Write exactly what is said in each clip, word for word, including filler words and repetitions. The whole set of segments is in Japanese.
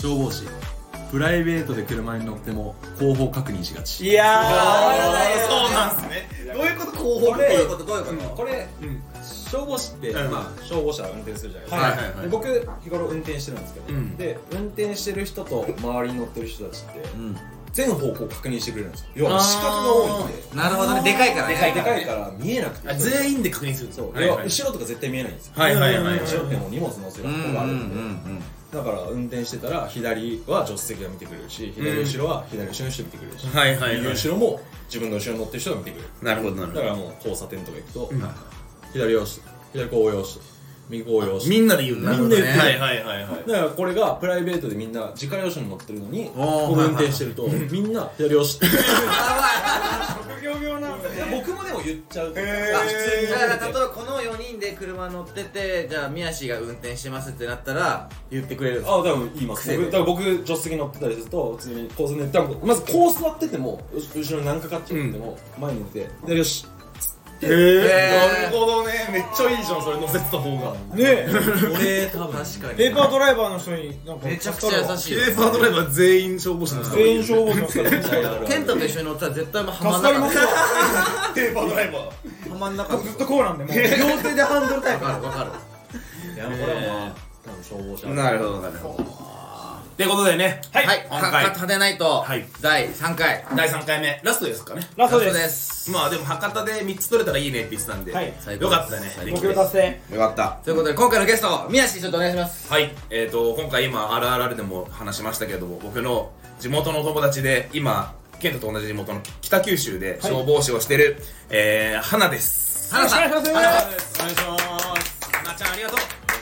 消防士プライベートで車に乗っても後方確認しがち。 いやーそうなんすね。どういうこと？後方どういうことどういうこと？ これ消防士ってうんまあ消防車運転するじゃないですか。 はいはいはいはいで僕日頃運転してるんですけど、 うんで運転してる人と周りに乗ってる人たちってうん全方向確認してくれるんですよ。要は視覚が多いんで、 なるほどね、でかいからね。 でかいでかいから見えなくて、 あ全員で確認する。 そう、 はいはい要は後ろとか絶対見えないんですよ。 はいはいはいはい。 後ろってもう荷物乗せるとこがあるんで、だから運転してたら左は助手席が見てくれるし、左後ろは左後ろの人見てくれるし、 はいはいはい右後ろも自分の後ろに乗ってる人が見てくれる。 なるほどなるほど。 だからもう交差点とか行くと、左よし、左こうよし、右こうよし。 みんなで言うんだ。 みんなで言ってるはいはいはいはい。 だからこれがプライベートでみんな自家用車に乗ってるのにおー僕運転してるとみんな左よしって職業病なんですね。 僕もでも言っちゃう。 へーあ普通にだから例え乗っててばこのよにんで車乗ってて、じゃあ宮氏が運転してますってなったら言ってくれるんですか？ あ、多分言います。僕だから僕助手席乗ってたりすると普通にコースで多分まずこう座ってても後ろに何かかっちゃっても前に出て左よし。 へへーなるほどね。めっちゃいいじゃんそれ乗せてた方が。 ねえ、 俺多分確かにペーパードライバーの人になんかめちゃくちゃ優しいペーパードライバー全員消防士の人。 全員消防士の人がケンタと一緒に乗ったら絶対はまん助かりますよ。 ペーパードライバー。 はまんなかった。 ずっとこうなんでもう両手でハンドルタイプ。 わかるわかる。 いやこれはもう多分消防車。 なるほどなるほど。ってことでね、 はい、 今回博多でないとはいだいさんかいだいさんかいめラストですかね。 ラストで。 ラストですす。 まあでも博多でみっつ取れたらいいねって言ってたんで、 はい最高よかったね。 最目標達成。 よかった。 ということで今回のゲスト宮氏ちょっとお願いします。 はい、えーと今回今 アールアールアール でも話しましたけども、僕の地元の友達で今ケントと同じ地元の北九州で消防士をしてる、えー、花です。 花さん、 よろしくおお願願いします。 いします。花ちゃんありがとう。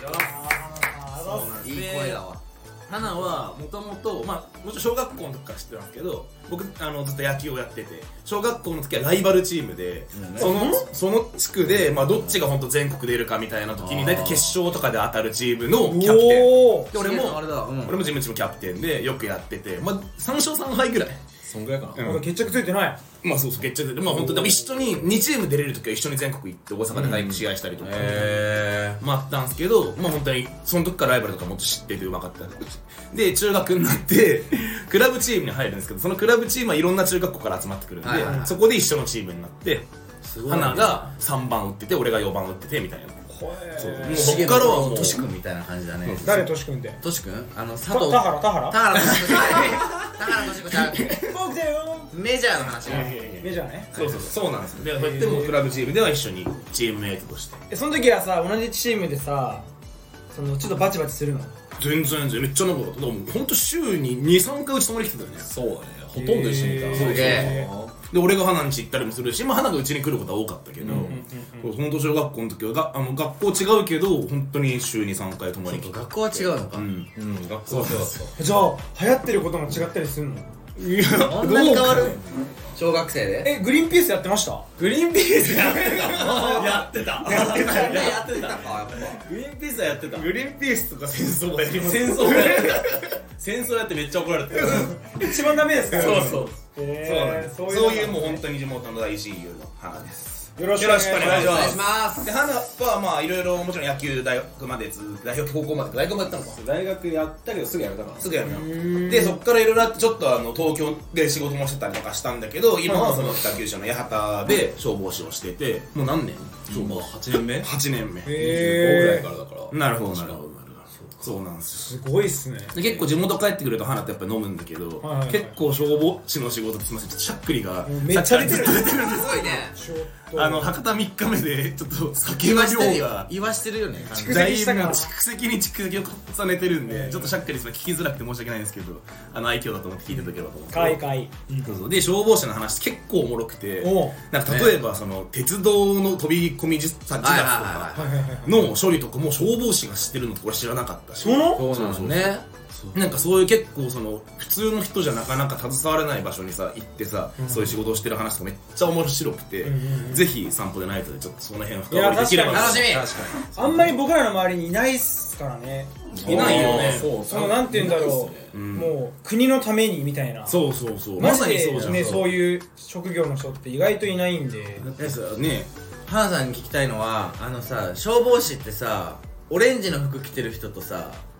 いい声だわ。 花はもともとまあもちろん小学校の時から知ってたんですけど、僕あのずっと野球をやってて、小学校の時はライバルチームで、 うんそのその地区でまあどっちが本当全国出るかみたいな時に大体決勝とかで当たるチームのキャプテン。 おー。 で俺もあれだ、うん俺もジムチームキャプテンでよくやってて、まあさん勝さん敗ぐらい。 そんぐらいかな。 うんまだ決着ついてない。 まあそうそう決着で、まあ本当でも一緒ににチーム出れる時は一緒に全国行って大阪で大試合したりとか、 へまああったんですけど、まあ本当にその時からライバルとかもっと知っててうまかったで、中学になってクラブチームに入るんですけど、そのクラブチームはいろんな中学校から集まってくるんで、 はいはいはいそこで一緒のチームになって、 すごい。 花がさんばん打ってて俺がよばん打っててみたいな。そうもう重僕からはもうとしくんみたいな感じだね。 誰としくんって。 としくんあの佐た藤田原田原。 田原としくん田原としくんちゃう僕だよ。 メジャーの話がメジャーね。 そうそうそうそうなんですよ。で、そうやってもうクラブチームでは一緒にチームメイトとして。 えその時はさ同じチームでさそのちょっとバチバチするの。 全然全然めっちゃ仲良かった。だからもうほんと週にに、さんかいうち泊まり来てたよね。 そうだね。ほとんど一緒にいた。 へーすげえで、俺が花ん家行ったりもするし、まあ花がうちに来ることは多かったけど、 うんうんうんほんと小学校の時はがあの学校違うけど、本当に週に、さんかい泊まり来てた。 学校は違うのか。 うん。 うん、学校はそうだった。 じゃあ流行ってることも違ったりするの？ いや、 こんなに変わる小学生でえグリーンピースやってました？ グリーンピースやってた。やってた。 やってたやってたかやっぱグリーンピースはやってた。 グリーンピースとか戦争はやります。 戦争やってた。戦争やってめっちゃ怒られてた。 一番ダメですから。 そうそう。そうなんへーです。そういうもう本当に地元の大親友の花です。 よろしくお願いします。 よろしくお願いしお願いしますで、花はまあいろいろもちろん野球大学までず大学高校まで大学もやったのか大学やったけどすぐやめたから。 すぐやめようでそっからいろいろあってちょっとあの東京で仕事もしてたりとかしたんだけど今はその北九州の八幡で消防士をしててもう何年そう、まだはちねんめはちねんめごぐらへいからだから。 なるほどなるほどなるほどそうなんですよーすごいっすね。 で結構地元帰ってくると花ってやっぱ飲むんだけど、 はいはいはい結構消防士の仕事ってすみませんちょっとしゃっくりがめっちゃ出てるさっきからずっと出てるんですすごいねちょっとあの博多みっかめでちょっと酒言のわしてるよ量が言わしてるよね蓄だいぶ積したから蓄積に蓄積を重ねてるんで、ちょっとしゃっくりする聞きづらくて申し訳ないんですけどあの愛嬌だと思って聞いていただければと思ってかいかい。 そうそうで消防士の話って結構おもろくておうなんか例えばその鉄道の飛び込み自殺とはいはいかはいはいの処理とかも消防士が知ってるのって俺知らなかったしその？ そうなのねなんかそういう結構その普通の人じゃなかなか携われない場所にさ行ってさ、そういう仕事をしてる話とかめっちゃ面白くて、 んうんうんぜひ散歩でナイトでちょっとその辺を深掘りできればいや楽しみ確かあんまり僕らの周りにいないっすからね。 いないよねそうそのなんて言うんだろう、 うんもう国のためにみたいな。 そうそうそうマまさにジでそうじゃんねそういう職業の人って意外といないんで。 だってさね花さんに聞きたいのはあのさ消防士ってさオレンジの服着てる人とさ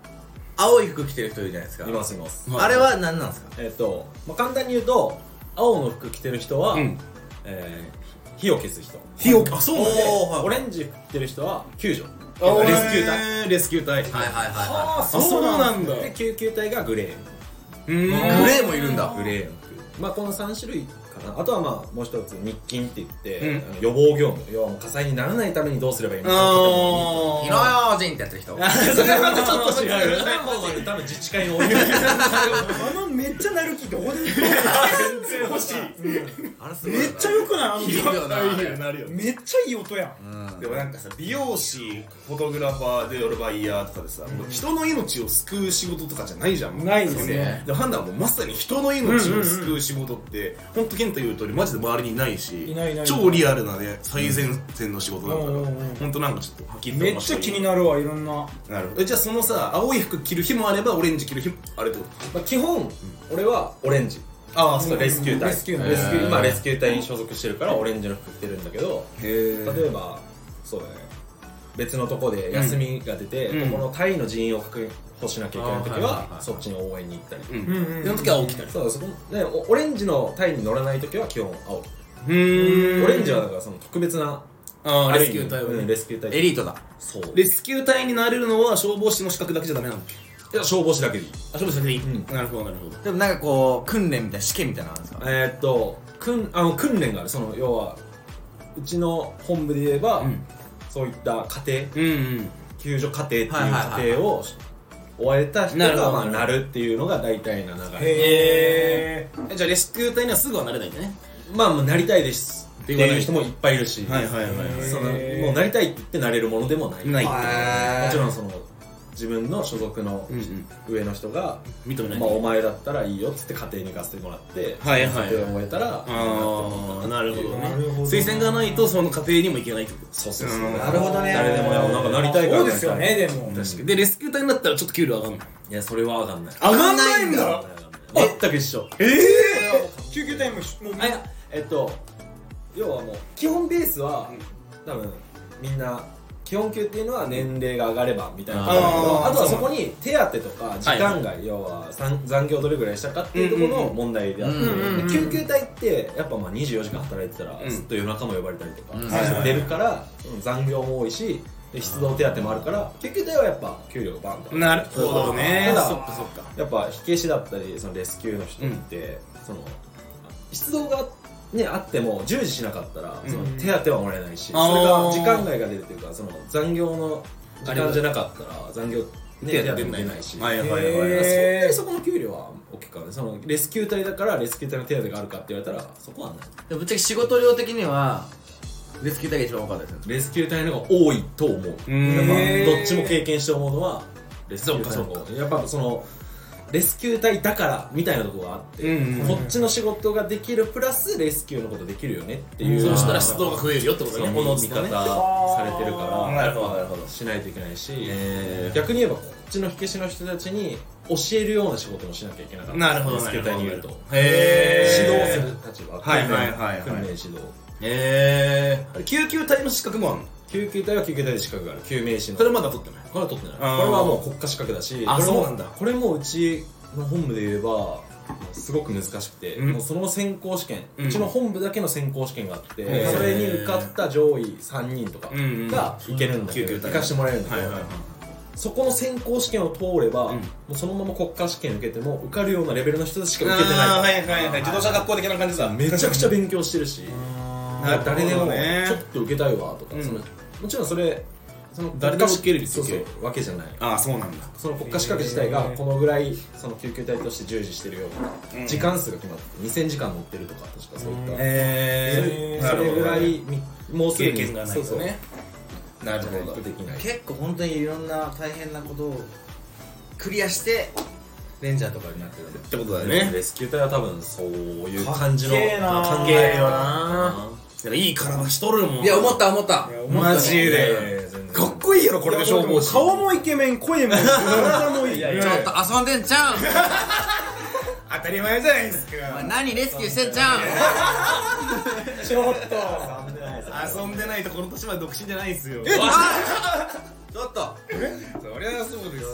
青い服着てる人いるじゃないですか。 いますいます。 あれは何なんですか？ えっと、まあ、簡単に言うと青の服着てる人は、 うんえー、火を消す人。 火を、あ、そうなんだ。 おー、 オレンジ服着てる人は救助。 あレスキュー隊。 レスキュー隊。 はいはいはいはあ、そうなんだ。 で救急隊がグレー。 うーん。 い。グレーもいるんだ。 グレーの服。まあこのさん種類かな。あとはまあもう一つ日勤って言って、 うんあの予防業務。要はもう火災にならないためにどうすればいいのか。 火の用心ってやってる人。 それはちょっと違う。それはもう多分自治会のお湯。 あのめっちゃなる気どこで全然欲しいあれすごいよな。 めっちゃ良くないあのいいよなあれなるよね。 めっちゃいい音やんうん。 でもなんかさ、美容師、フォトグラファーで俺バイヤーとかでさ、もう人の命を救う仕事とかじゃないじゃん。もうないですねね。 で、ハンナはもうまさに人の命を救う仕事って、ほんとケンタ言う通りマジで周りにいないし、 いないいない超リアルなね、最前線の仕事だから、 うんうんうんほんとなんかちょっとはっきりめっちゃ気になるわいろんななるほど。えじゃあそのさ、青い服着る日もあれば、オレンジ着る日もあれってことまあ基本俺はオレンジ。 あそうレスキュー隊。 レスキューのレスキューへー今レスキュー隊に所属してるからオレンジの服着てるんだけど、 へー例えばそうだね。別のとこで休みが出て、 うんここのタイの人員を確保しなきゃいけない時あーはいはいはいはそっちに応援に行ったり。 うん。 うんうんうんその時は青着たり。 そうそこでオオレンジのタイに乗らない時は基本青。 うーんオレンジはだからその特別なあーある意味レスキュー隊はうんね。 レスキュー隊。 エリートだ。 そう。 レスキュー隊になれるのは消防士の資格だけじゃダメなんだっけ？ いや消防士だけでいい。 あ、消防士だけでいい。 うんなるほどなるほど。 でもなんかこう訓練みたいな試験みたいなのあるんですか？ えーっと訓あの訓練がある。その要はうちの本部で言えば、 うんそういった家庭うんうん。 救助家庭っていうはいはいはい家庭を終えた人なるほどがまあなるっていうのが大体な流れ。 へえじゃあレスキュー隊にはすぐはなれないんだね。 まあもうなりたいですっていう人もいっぱいいるし、 はいはいはいはい。 そのもうなりたいって言ってなれるものでもない。 ないもへーちろんその自分の所属のうんうん。 上の人が、 認めない。 まあお前だったらいいよっつって家庭に行かせてもらって、 はいはい家庭を終えたら、 ああ、なるほどねなるほど。 推薦がないとその家庭にも行けないってこと。 そうそうそう。 うんなるほどね誰でもなんかなりたいからそうですよねでも確かに。で、レスキュー隊になったらちょっと給料上がんの。 いやそれは上がんない。 上がんないんだ。 全く一緒。 ええ救急隊も一緒もうあいやえっと要はもう基本ベースは、多分みんな基本給っていうのは年齢が上がればみたいなところだけど、 あーあとはそこに手当とか時間外、要は残残業どれぐらいしたかっていうところの問題であって、 うんうんうんで救急隊ってやっぱまあにじゅうよじかん働いてたら、 うんずっと夜中も呼ばれたりとか、 うん最初出るから、うん残業も多いしで出動手当もあるから救急隊はやっぱ給料がバンとなるほどね。 ただそっかそっか。 やっぱ火消しだったりそのレスキューの人って、その出動がねあっても従事しなかったら、その手当はもらえないし、 あーそれが時間外が出るっていうかその残業の時間じゃなかったら残業ね手当も出ないし、 はいはいはい。 へーそんなにそこの給料は大きくはねそのレスキュー隊だからレスキュー隊の手当があるかって言われたらそこはない。 でもぶっちゃけ仕事量的にはレスキュー隊が一番多かったですよね。 レスキュー隊の方が多いと思う。やっぱんどっちも経験して思うのはレスキュー隊の方がやっぱそのレスキュー隊だからみたいなところがあって、 うんうんこっちの仕事ができるプラスレスキューのことできるよねっていう、 そうしたら出動が増えるよってことそね。 この見方されてるからなるほどなるほど。 しないといけないし、 え逆に言えばこっちの火消しの人たちに教えるような仕事もしなきゃいけなかった。 なるほどレスキュー隊にいるとへ指導ーする立場、 はいはいはいはい訓練指導。 えー、救急隊の資格もあるの？ 救急隊は救急隊で資格がある。救命士の。 それまだ取ってない。 これは取ってない。これあーはもう国家資格だし、 あこれもそうなんだこれもうちの本部で言えばすごく難しくて、 うんもうその選考試験、 ううんちの本部だけの選考試験があって、 へーそれに受かった上位さんにんとかうんうんがいけるんだけど、 救急隊行かしてもらえるんだけど、 はいはいはい。 そこの選考試験を通れば、 うんもうそのまま国家試験受けても受かるようなレベルの人たちしか受けてあーない。 はいはいはい。自動車学校的な感じだ。 めちゃくちゃ勉強してるし、 なるほどね誰でもちょっと受けたいわとか、 うんそのもちろんそれその誰でも受けれるそうそうわけじゃない。 ああ、そうなんだ。 その国家資格自体がこのぐらいその救急隊として従事してるような時間数が決まっててにせんじかん乗ってるとか確かそういった、 えそれぐらいみもうすぐに経験がないとねそうそうなるじゃないほど。 とできない。 結構本当にいろんな大変なことをクリアしてレンジャーとかになってるんで。 ってことだよね。 レスキュー隊は多分そういう感じのかっけえな考かっけえよえな。いやいい体しとるもん。 いや思った思った。 マジで。かっこいいやろこれで消防士。 顔もイケメン声も体もいいいやいやちょっと遊んでんちゃうん。 当たり前じゃないですお前か。 何レスキューしてんちゃうん。 ちょっと遊んでないとこの年まで独身じゃないんすよ。 ちょっと。 そりゃそうですよ。 でもね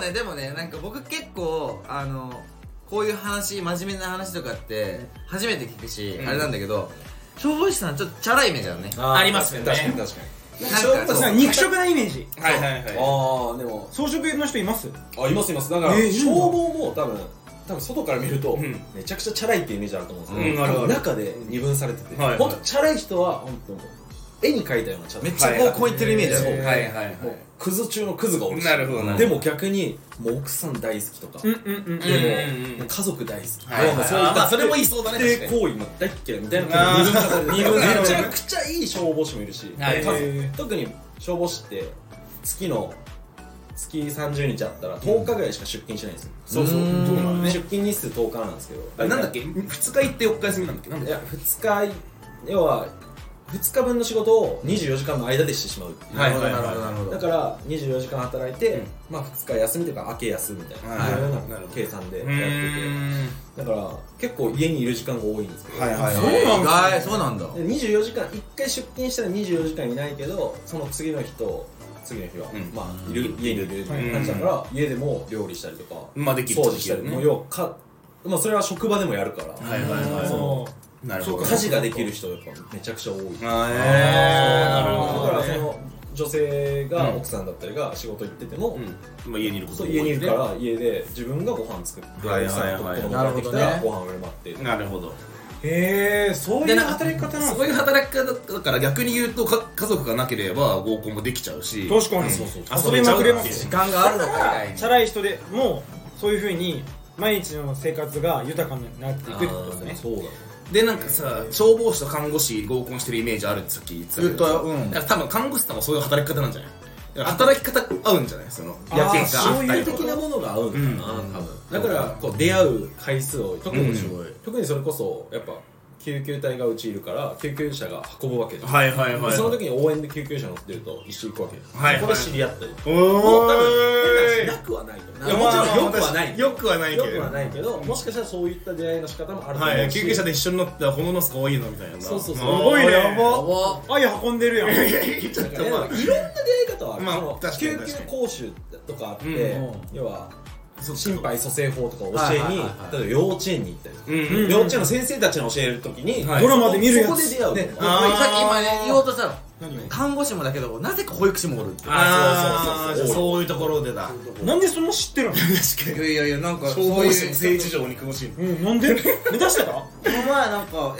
ねでもねなんか僕結構あのこういう話真面目な話とかって初めて聞くし、うん、あれなんだけど消防士さんちょっとチャラいイメージあるね。 ありますよね。 確かに確かに。 なんかそう肉食なイメージ。 はいはいはい。 ああでも装飾の人います？ あいますいます。だから消防も多分多分外から見るとめちゃくちゃチャラいってイメージあると思うんですけど、多分中で二分されてて、本当チャラい人は本当絵に描いたようなチャラい。 めっちゃこういってるイメージある。 はいはいはい。 クズ中のクズがおるし。 なるほど。 でも逆にもう奥さん大好きとか、 うんうんうん。 でも家族大好き。 そういったそれもいそうだね。 で行為も大っ嫌いみたいな二分されて、二分めちゃくちゃいい消防士もいるし、特に消防士って月の月さんじゅうにちあったらとおかぐらいしか出勤しないんですよ。 そうそう。 出勤日数とおかなんですけど。 なんだっけふつか行ってよっか休みなんだっけ。なんだっけ。 いやふつか要はふつかぶんの仕事をにじゅうよじかんの間でしてしまう。 はいはいはい。 だからにじゅうよじかん働いて、まあふつか休みというか明け休みみたいなような計算でやってて、だから結構家にいる時間が多いんですけど。 はいはいはい。そうなんだ。 にじゅうよじかんいっかい出勤したらにじゅうよじかんいないけど、その次の日と次の日はまあいる家にいる感じだから家でも料理したりとか掃除したり、もう要はかまあそれは職場でもやるから。 はいはいはい。なるほど。 家事ができる人やっぱめちゃくちゃ多い。 ああ、なるほど。 だからその女性が奥さんだったりが仕事行ってても、 まあ家にいること家にいるから家で自分がご飯作って、奥さんと子供が帰ってきたらご飯を振る舞って。 なるほど。 へえ、そういう働き方なの。 そういう働き方だから逆に言うと家族がなければ合コンもできちゃうし。 確かに。遊びまくれます。 時間があるのか。 チャラい人でもそういう風に毎日の生活が豊かになっていくってことですね。 そうだ。 でなんかさ消防士と看護師合コンしてるイメージあるってさっき言ってたけど、うん、多分看護師さんもそういう働き方なんじゃない？働き方合うんじゃない？そのやけがそういう的なものが合うんだな、多分。だからこう出会う回数を特に特にそれこそやっぱ救急隊がうちいるから救急車が運ぶわけじゃん。 はいはいはい。 その時に応援で救急車乗ってると一緒に行くわけです。 はい。 ここで知り合ったり。 おお。多分変な話なくはないと思う。いやもちろんよくはない。 よくはないけど。 よくはないけど、もしかしたらそういった出会いの仕方もあると思うし。 はい。救急車で一緒に乗って本物のすか多いのみたいな。 そうそうそう。すごいね。やば。 愛運んでるやん。 ちょっとまあいろんな出会い方はある。まあ救急講習とかあって、要は。心肺蘇生法とかを教えに、例えば幼稚園に行ったりとか、幼稚園の先生たちに教えるときにドラマで見るやつ、 そこで出会う。 さっき今ね言おうとしたの。看護師もだけどなぜか保育士もおるって。 ああ、そうそうそう。そういうところでだ。 なんでそんな知ってるの？ 確かに。いやいやなんかそういう政治上に詳しい。 うん、なんで？目指してた？ この前なんか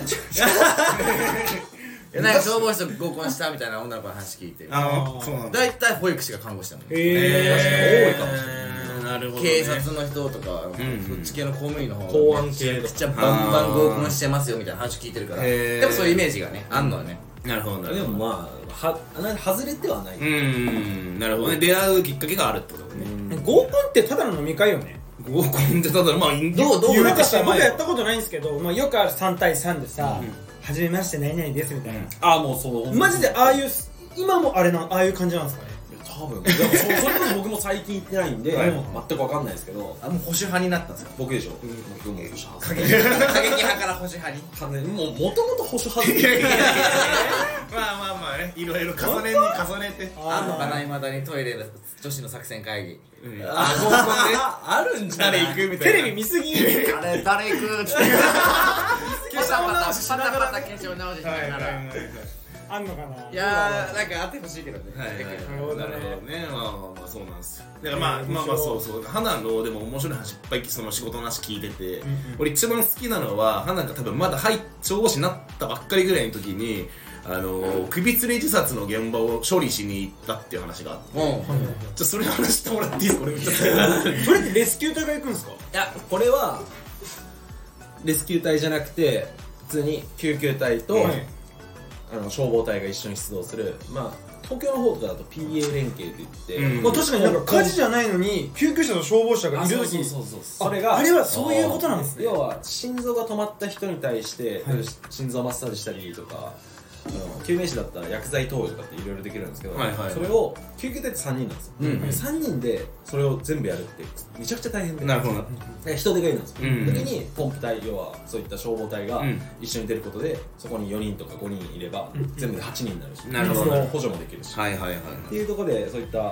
なんか消防士と合コンしたみたいな女の子の話聞いて。 ああ、そうなんだ。 だいたい保育士が看護師なの。 へえ。 多いかもしれない。 なるほど、 警察の人とか、そっち系の公務員の方公安系とかめちゃバンバン合コンしてますよみたいな話聞いてるから、やっぱそういうイメージがねあんのはね。 なるほど。 でもまあは外れてはない。 うん、なるほどね。出会うきっかけがあるってことだね。 合コンってただの飲み会よね。 合コンってただのまあどうどうなんかさ僕やったことないんですけど、まあよくあるさん対さんでさ、初めまして何々ですみたいな。 ああもうそう。 マジでああいう今もあれなああいう感じなんですかね。 多分でもそれこそ僕も最近行ってないんで全く分かんないですけど、 あもう保守派になったんですか？ 僕でしょ。僕も保守派。 過激派から保守派に。 もう元々保守派で。 まあまあまあね、いろいろ重ねに重ねて。 あんのかな未だにトイレの女子の作戦会議。 ああるんじゃない？ 誰行くみたテいな。 レビ見すぎ。 あれ誰行くっつって。パタパタパタパタ化粧直ししながら。 あんのかな。 いやーなんかあってほしいけどね。 はいはい。 なるほどね。 まあまあまあそうなんですよ。だからまあまあまあそうそう。花のでも面白い話いっぱいその仕事の話聞いてて、俺一番好きなのは花が多分まだ入消防士になったばっかりぐらいの時に。あの首吊り自殺の現場を処理しに行ったっていう話があって、じゃあそれの話してもらっていいですか？俺それってレスキュー隊が行くんですか？ いやこれはレスキュー隊じゃなくて普通に救急隊と、はい、あの消防隊が一緒に出動する、まあ東京の方とかだと ピーエー 連携といって、 うん、まあ確かになんか火事じゃないのに救急車と消防車がいる時に、 そうそうそうそれがあれはそういうことなんですね。 要は心臓が止まった人に対して、はい、心臓マッサージしたりとか。救命士だったら薬剤投与とかっていろいろできるんですけど、はいはい、それを救急隊ってさんにんなんですよ、うん、さんにんでそれを全部やるってめちゃくちゃ大変で、 なるほど人手がいるんですよ、うん、時にポンプ隊要はそういった消防隊が一緒に出ることでそこによにんとかごにんいれば全部ではちにんになるし、なるほど補助もできるし、はいはいはい、っていうところでそういった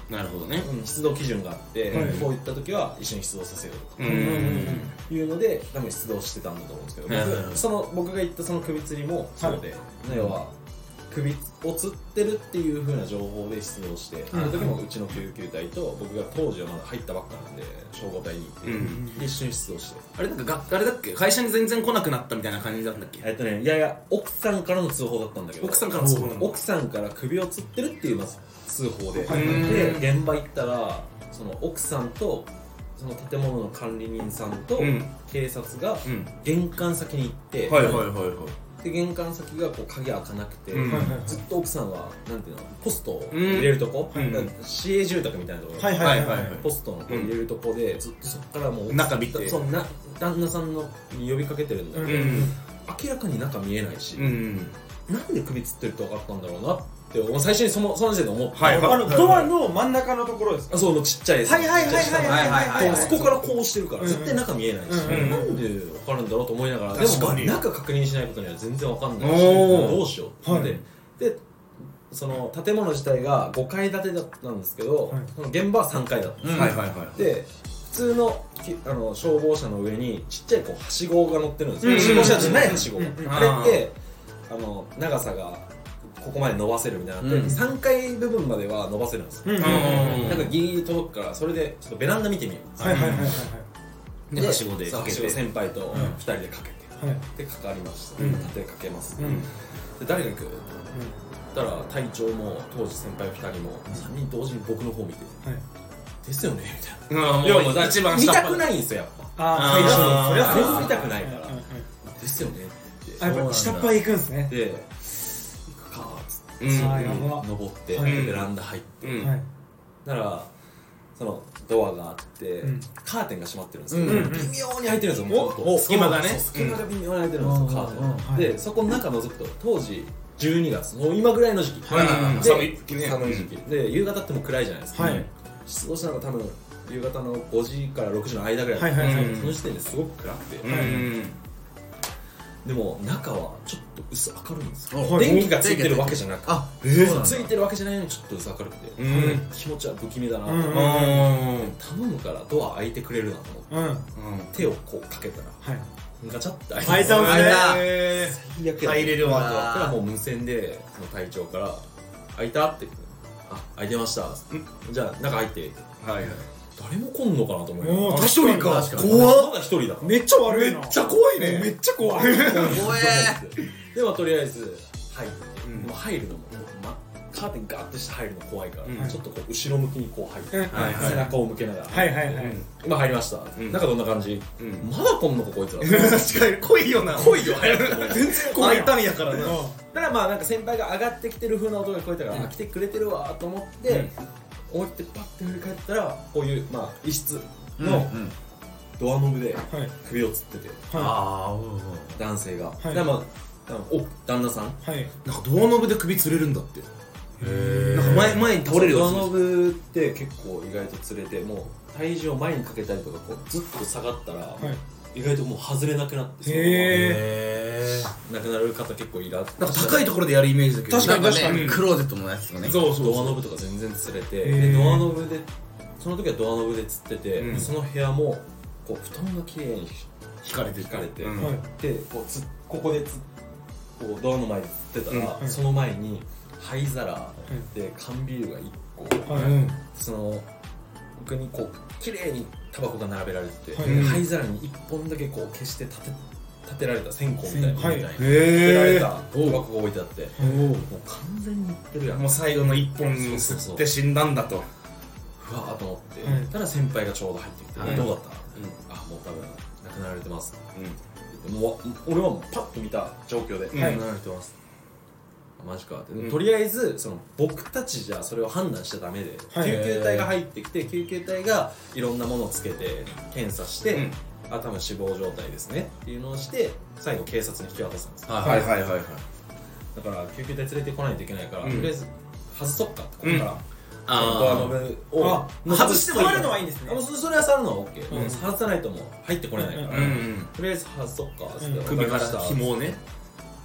なるほどね。 うん出動基準があって、 はいこういった時は一緒に出動させるとかうんうんいうので多分出動してたんだと思うんですけど、 はいはいはい僕その僕が言ったその首吊りもそうで、要は首を吊ってるっていう風な情報で出動して、その時もうちの救急隊と僕が当時はまだ入ったばっかなんで消防隊に行って、 うんで一緒に出動して、 あれなんかがあれだっけ、会社に全然来なくなったみたいな感じだったっけ。 えっとねいやいや奥さんからの通報だったんだけど、 奥さんからの通報なんだ。 奥さんから首を吊ってるっていうまず通報で、 はいで現場行ったらその奥さんとその建物の管理人さんとうん警察がうん玄関先に行って、 はいはいはいはい。 で玄関先がこう鍵開かなくて、 うんずっと奥さんはなんていうのポストを入れるとこ、 うんだから市営住宅みたいなところ、 はいはいはいはいはいポストのこう入れるとこでずっとそこからもう中見てそうな旦那さんのに呼びかけてるんだけど、 うん明らかに中見えないし、 うんなんで首つってるって分かったんだろうなって最初にそのその時点で思って、 はいはいあのドアの真ん中のところですか。 あそうのちっちゃいです、 はいはいはいはいちっちゃい下のはいはいはいこうそこからこうしてるからうん絶対中見えないし、 うんなんで分かるんだろうと思いながら、でも確かに中確認しないことには全然分かんないしおーどうしようって思って、 はいでその建物自体がごかい建てだったんですけど、 はいその現場はさんかいだったんです、 はいはいはい。 で普通のきあの消防車の上にちっちゃいこうはしごが乗ってるんですよ、 うんはしご車じゃないはしごが、 うんうんあれってあの長さがここまで伸ばせるみたいなので、 うんさんかい部分までは伸ばせるんですよ、 うんうんうんなんかギリギリ届くからそれでちょっとベランダ見てみよう、 はいはいはいはいではしごでそうかけてはしご先輩とうんふたりでかけて、 はいでかかりました、 うん立てかけます、 うんで誰が行くって言ったら隊長も当時先輩ふたりもさんにん同時に僕の方見てはいですよねみたいなうん、もういやもうだ一番見たくい。 ないんですよやっぱあー最初のそりゃそうあれも見たくないからうんうんうんですよねってあやっぱ下っ端行くんですね。 で行くかーっつってうんあーやば登って、 はいでベランダ入って、 うんはいならそのドアがあって、 うんカーテンが閉まってるんですけど、 うんうん微妙に開いてるんですよもうちょっとお隙間がねそう隙間が微妙に開いてるんですよ、 うんカーテン、 うんうんでそこの中覗くと当時じゅうにがつもう今ぐらいの時期、 はいはいはいで寒い時期ね寒い時期で夕方ってもう暗いじゃないですか、 はい出動したのが多分夕方のごじからろくじの間ぐらい、 はいはいはいその時点ですごく暗くて、 うんでも中はちょっと薄明るいんですよ、 はい電気がついてるわけじゃなくてあえーそうなんだついてるわけじゃないのにちょっと薄明るくて、 うん気持ちは不気味だなとうん思って、 うん頼むからドア開いてくれるなと思ってうん手をこうかけたらはいガチャッと開開いたんですねえ最悪や入れるわとだからもう無線でその隊長から「開いた?」って言って「あ開いてました」じゃあ中入って」 はいはい。 誰も来んのかなと思いおーながら一人か確に怖っまだ一人だからめっちゃ悪いな。 めっちゃ怖いねめっちゃ怖い。 怖えでもとりあえず入って、 うんでも入るのも、ま、カーテンガーッてして入るの怖いから、 うんちょっとこう後ろ向きにこう入って、 うんはいはい背中を向けながら、 はいはいはい。 今入りました、 ん中どんな感じ、 うんまだ来んのかこいつら確かに濃いよな。濃いよ。 全然怖い開いたんやからな。 だからまあなんか先輩が上がってきてる風な音が聞こえたから、あ来てくれてるわと思って、思ってパッて振り返ったらこういうまあ一室のうんドアノブではい首をつっててはああうんうん男性が、 いだからまああのお旦那さんいはい。 なんかドアノブで首吊れるんだって。なんか前前に倒れるよドアノブって結構意外と釣れてもう体重を前にかけたりとかこうずっと下がったら、 はい意外ともう外れなくなってへへ亡くなる方結構いらっしゃるなんか高いところでやるイメージだけど。 確かになんか確かにねクローゼットのやつとかねそうそうドアノそう。 ブとか全然釣れてへーでドアノブでその時はドアノブで釣ってて、 うんその部屋もこう布団が綺麗に引かれて引かれて、 うんはいでこうつここでつこうドアの前で釣ってたら、 うんその前に灰皿で缶ビールがいっこ、 はいうんその奥にこう綺麗にタバコが並べられてて、 はいで灰皿にいっぽんだけこう消して立て立てられた線香みたいな、 はいみたいな立てられへたタバコが置いてあっておお。 もう完全にいってるやんもう最後の一本に吸って死んだんだと。 ふわーと思って、 はいただ先輩がちょうど入ってきて、 はいどうだった、あもう多分亡くなられてますって言ってもう俺はもうパッと見た状況で、 うん亡くなられてますあマジかって、でもとりあえずその僕たちじゃそれを判断しちゃダメで、 はい救急隊が入ってきて救急隊がいろんなものをつけて検査して、 うんあ多分死亡状態ですねっていうのをして最後警察に引き渡すんですよ、 はいはいはいはい。 だから救急隊連れてこないといけないから、 うんとりあえず外そっかってここから、 あードアノブをあ外してもらえるのはいいんですねあもうそそれは触るのは OK、 うんうん外さないともう入ってこれないから、 うんうん。 とりあえず外そっかっつって、 うん首からわりました紐をね。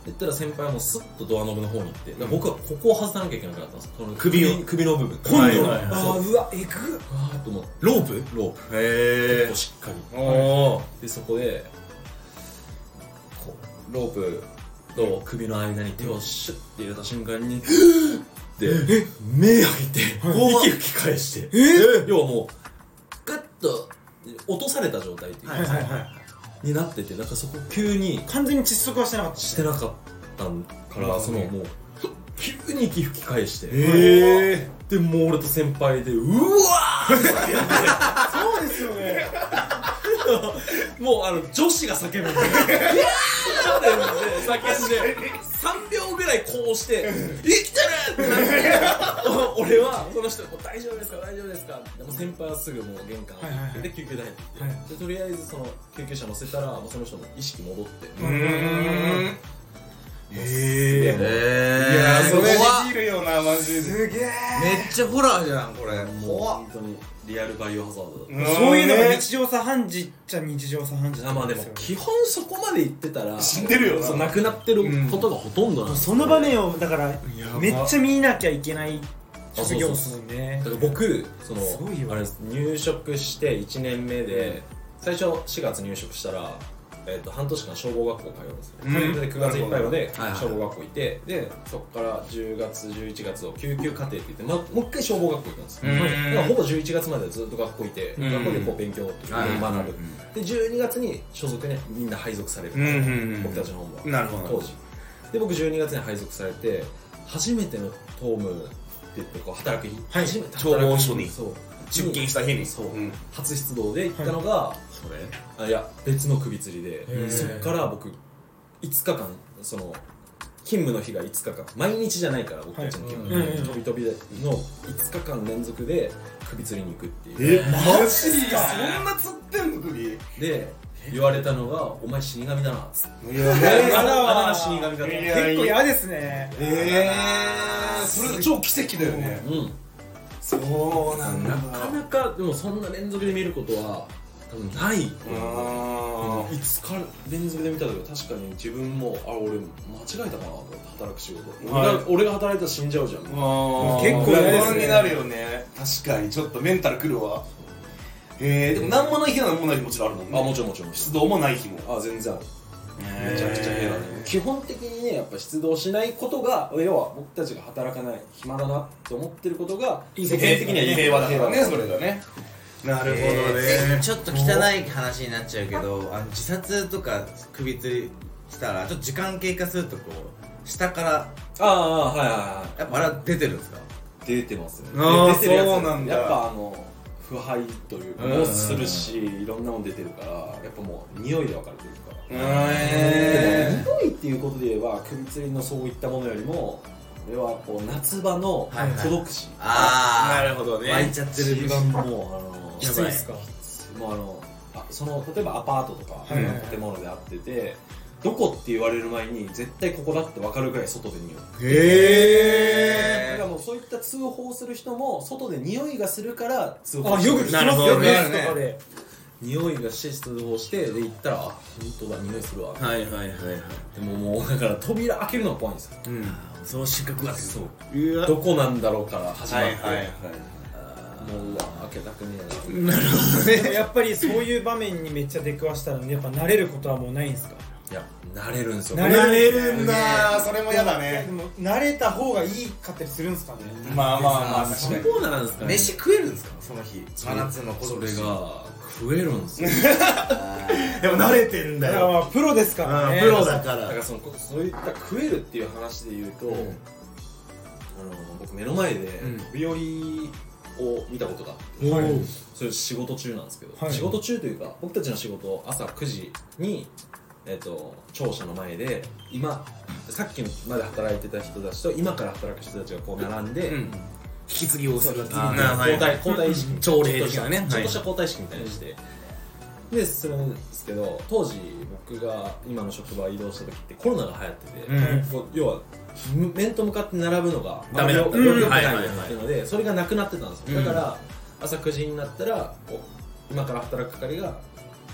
言ったら先輩はもうスッとドアノブの方に行って、だから僕はここを外さなきゃいけなくなったんですよ、この首を首の部分今度はいはいはいあーうわえぐっわーっと思ってロープロープへ結構しっかりおーでそこでこうロープと首の間に手をシュッて入れた瞬間にで目開いて息吹き返して要はもうガッと落とされた状態っていうか、 はいはいはいになってて、だからそこ急に完全に窒息はしてなかったしてなかったからそのもう急に息吹き返してへでもう俺と先輩でうわーって叫んでそうですよねもうあの女子が叫ぶんで「うわー!」って叫んでさんびょうぐらいこうして「生きてる!」ってなって俺はその人「大丈夫ですか大丈夫ですか?」でも先輩はすぐもう玄関はいはいはいで救急隊入ってきて、 はいでとりあえずその救急車乗せたらもうその人も意識戻ってうーんもうすげえもうえいやーそれ怖っできるよなマジですげえめっちゃホラーじゃんこれもう本当にリアルバイオハザードだったうんそういうのが日常茶飯事っちゃ日常茶飯事あまあでも基本そこまで言ってたら死んでるよなそう亡くなってることがほとんどなんですよその場面をだからばめっちゃ見なきゃいけない職業ですもんねだから僕そのすごいよあれです入職していちねんめで最初しがつ入職したら、えー、と半年間消防学校通うんですよ、 うんでくがついっぱいまではいはい消防学校いてでそこからじゅうがつじゅういちがつを救急課程って言って、ま、もう一回消防学校行くんですよ、 うんだからほぼじゅういちがつまではずっと学校いて、 うん学校でこう勉強っていうはいか学ぶ、でじゅうにがつに所属ねみんな配属されるんですよ、 うんうんうん僕たちの本部はなるほど当時で僕じゅうにがつに配属されて初めてのトームって言ってこう働く日、 はい初めて消防署にそう出勤した日にそう、 ん初出動で行ったのが、 それあいや別の首吊りでーそっから僕いつかかんその勤務の日がいつかかん毎日じゃないから僕たちの勤務、 はいうん飛び飛びのいつかかん連続で首吊りに行くっていうえマジかそんな釣ってんの首で言われたのが「お前死神だな」っつっていやえーあだあら名が死神だったいや結構嫌ですねえーそれ超奇跡だよねうんそうなんだなかなかでもそんな連続で見ることは多分ないあいつか連続で見た時は確かに自分もあ俺間違えたかなと働く仕事、 はい俺が俺が働いたら死んじゃうじゃんあー結構嫌ですね不安になるよね確かにちょっとメンタルくるわえー、でも何もない日は何もない日もちろんあるもんねあもちろんもちろんもち出動もない日もろんあ全然あるめめちゃくちゃ平和だね基本的にねやっぱ出動しないことが要は僕たちが働かない暇だなって思ってることが世間的にはいい平和だからねそれがねなるほどねちょっと汚い話になっちゃうけどあの自殺とか首吊りしたらちょっと時間経過するとこう下からああはいはいはやっぱあれは出てるんですかい出てますねあー出てるやつそうなんだやっぱあの腐敗というかうんもするしいろんなもん出てるからやっぱもう匂いで分かるというかへでも匂いっていうことで言えば首吊りのそういったものよりもこれはこう夏場のはいはい孤独死あなるほどね湧いちゃってる一番もうあのきついですかもうあのあその例えばアパートとかはいはいはい建物であっててどこって言われる前に絶対ここだって分かるぐらい外で匂うへだからもうそういった通報する人も外で匂いがするから通報あよく聞きますよなるほどねニュースとかで匂いがして通報してで行ったらあ本当だ匂いするわはいはいはいはいでももうだから扉開けるのが怖いんですようんその資格はそううわどこなんだろうから始まって、 はいはいはいもううわ開けたくねえななるほどねでもやっぱりそういう場面にめっちゃ出くわしたらやっぱ慣れることはもうないんですかいや慣れるんですよ慣慣れれるるんだそれも嫌だでねも慣れた方がいいかったりするんですかねまあまあまあ確かにそうなんですかね飯食えるんですかその日真夏の孤そ独死れが食えるんですよでも慣れてるんだよだからまあプロですからねプロだかだかららそのそういった食えるっていう話で言うと、あの僕目の前でん飛び降りを見たことがあって、 はいそれ仕事中なんですけど、 はい仕事中というか僕たちの仕事朝くじに、えっと庁舎の前で今さっきまで働いてた人たちと今から働く人たちがこう並んで、 うん引き継ぎをするああー交代交代意識朝礼的なねちょっとした交代式みたいにして、でするんですけど当時僕が今の職場移動した時ってコロナが流行ってて、 うんこう要はむ面と向かって並ぶのがダメだったよよくないうんはいはいはいっていうのでそれがなくなってたんですよ、 うんだから朝くじになったらこう今から働く係が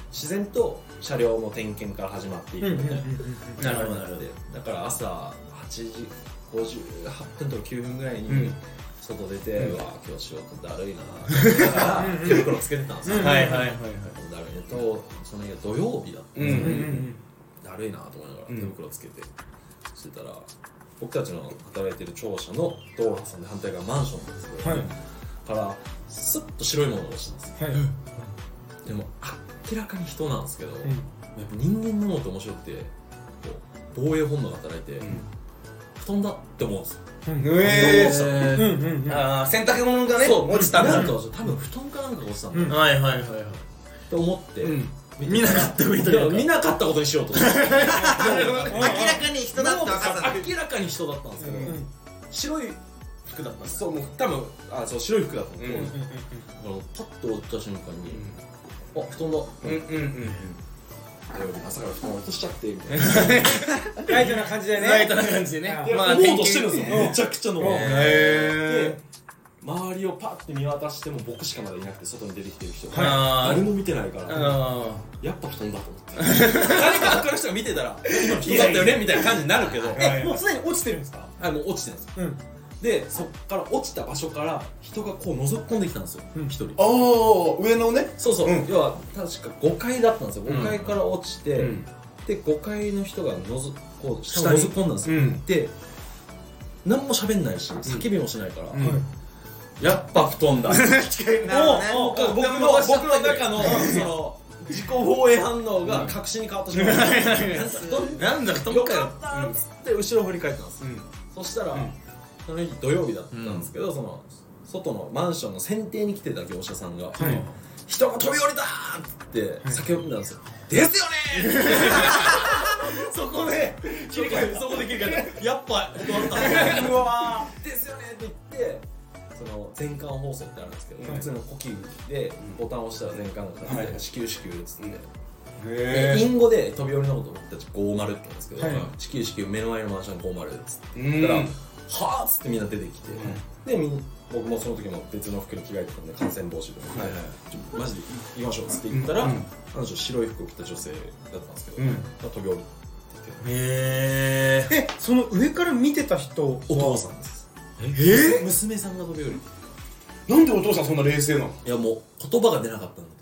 自然と車両の点検から始まっていくみたいななるほどなるほど。 だから朝はちじごじゅうはっぷんとかきゅうふんぐらいに、 うん外出て、うわ今日仕事だるいなーだから手袋つけてたんですよ、 はいはいはいはい。 だるいねとその日は土曜日だったんですよ、 うんだるいなと思いながらうん手袋つけてしてたら、僕たちの働いてる庁舎の道路挟んで反対側マンションなんですけど、 はいからスッと白いものが落ちたんですよ。 はいでも明らかに人なんですけど、 うんやっぱ人間の脳って面白くてこう防衛本能が働いて、布団だって思うんですよ。 うんえうんうんうんああ洗濯物がねそう落ちたんだ。 なんか多分布団かなんかが落ちたんだうんはいはいはいはい。 って思って、 うん見なかった見た見なかったことにしようと思って明らかに人だって分かった明らかに人だったんですけど、 うん白い服だったんです。そうもう多分あそう白い服だったんですけど、あのパッと落ちた瞬間に、あ布団だ、 うんうんうん。 土曜日朝から布団落としちゃってみたいなライトな感じでねライトな感じでね。 でまあ思うとしてるんですよ、めちゃくちゃの、 へで周りをパッて見渡しても僕しかまだいなくて外に出てきてる人が、 はい誰も見てないから、 あやっぱ布団だと思って誰か他の人が見てたら今布団だったよねみたいな感じになるけど、 えもうすでに落ちてるんですかはいもう落ちてるんですよ。 うんでそっから落ちた場所から人がこう覗き込んできたんですようん一、人。 あ。おお上のね。 そうそう、 うん要は確かごかいだったんですよ。ごかいから落ちて、 うんでごかいの人がのぞこう下下にを覗き込んだんですよ、 うんで何も喋んないし叫びもしないから、 んやっぱ布団だなるほどね僕の僕の中のその自己防衛反応が確信に変わった瞬間なんだ布団よかよ。 かったっつって後ろ振り返ったんですよ、 うんそしたら、 んその日土曜日だったんですけど、その外のマンションの剪定に来てた業者さんが、人が飛び降りたーって叫んだんですよ、ですよねーそこで切り替えそこで切り替えてやっぱ断ったうわーですよねって言ってその全館放送ってあるんですけど、普通の呼吸でボタンを押したら全館が出て至急至急っつって、で隠語で飛び降りのこと僕たちごじゅうって言うんですけど、 はい至急至急目の前のマンションごじゅうっつってうん言ったら、はぁっつってみんな出てきて、でみん僕もその時も別の服に着替えてたんで感染防止で、 はいはいちょマジで行きましょうっつって言ったら、 うん彼女白い服を着た女性だったんですけど、 うん飛び降りてへえ。 えその上から見てた人はお父さんですえ娘さんが飛び降りてなんでお父さんそんな冷静なの？ いやもう言葉が出なかったんだ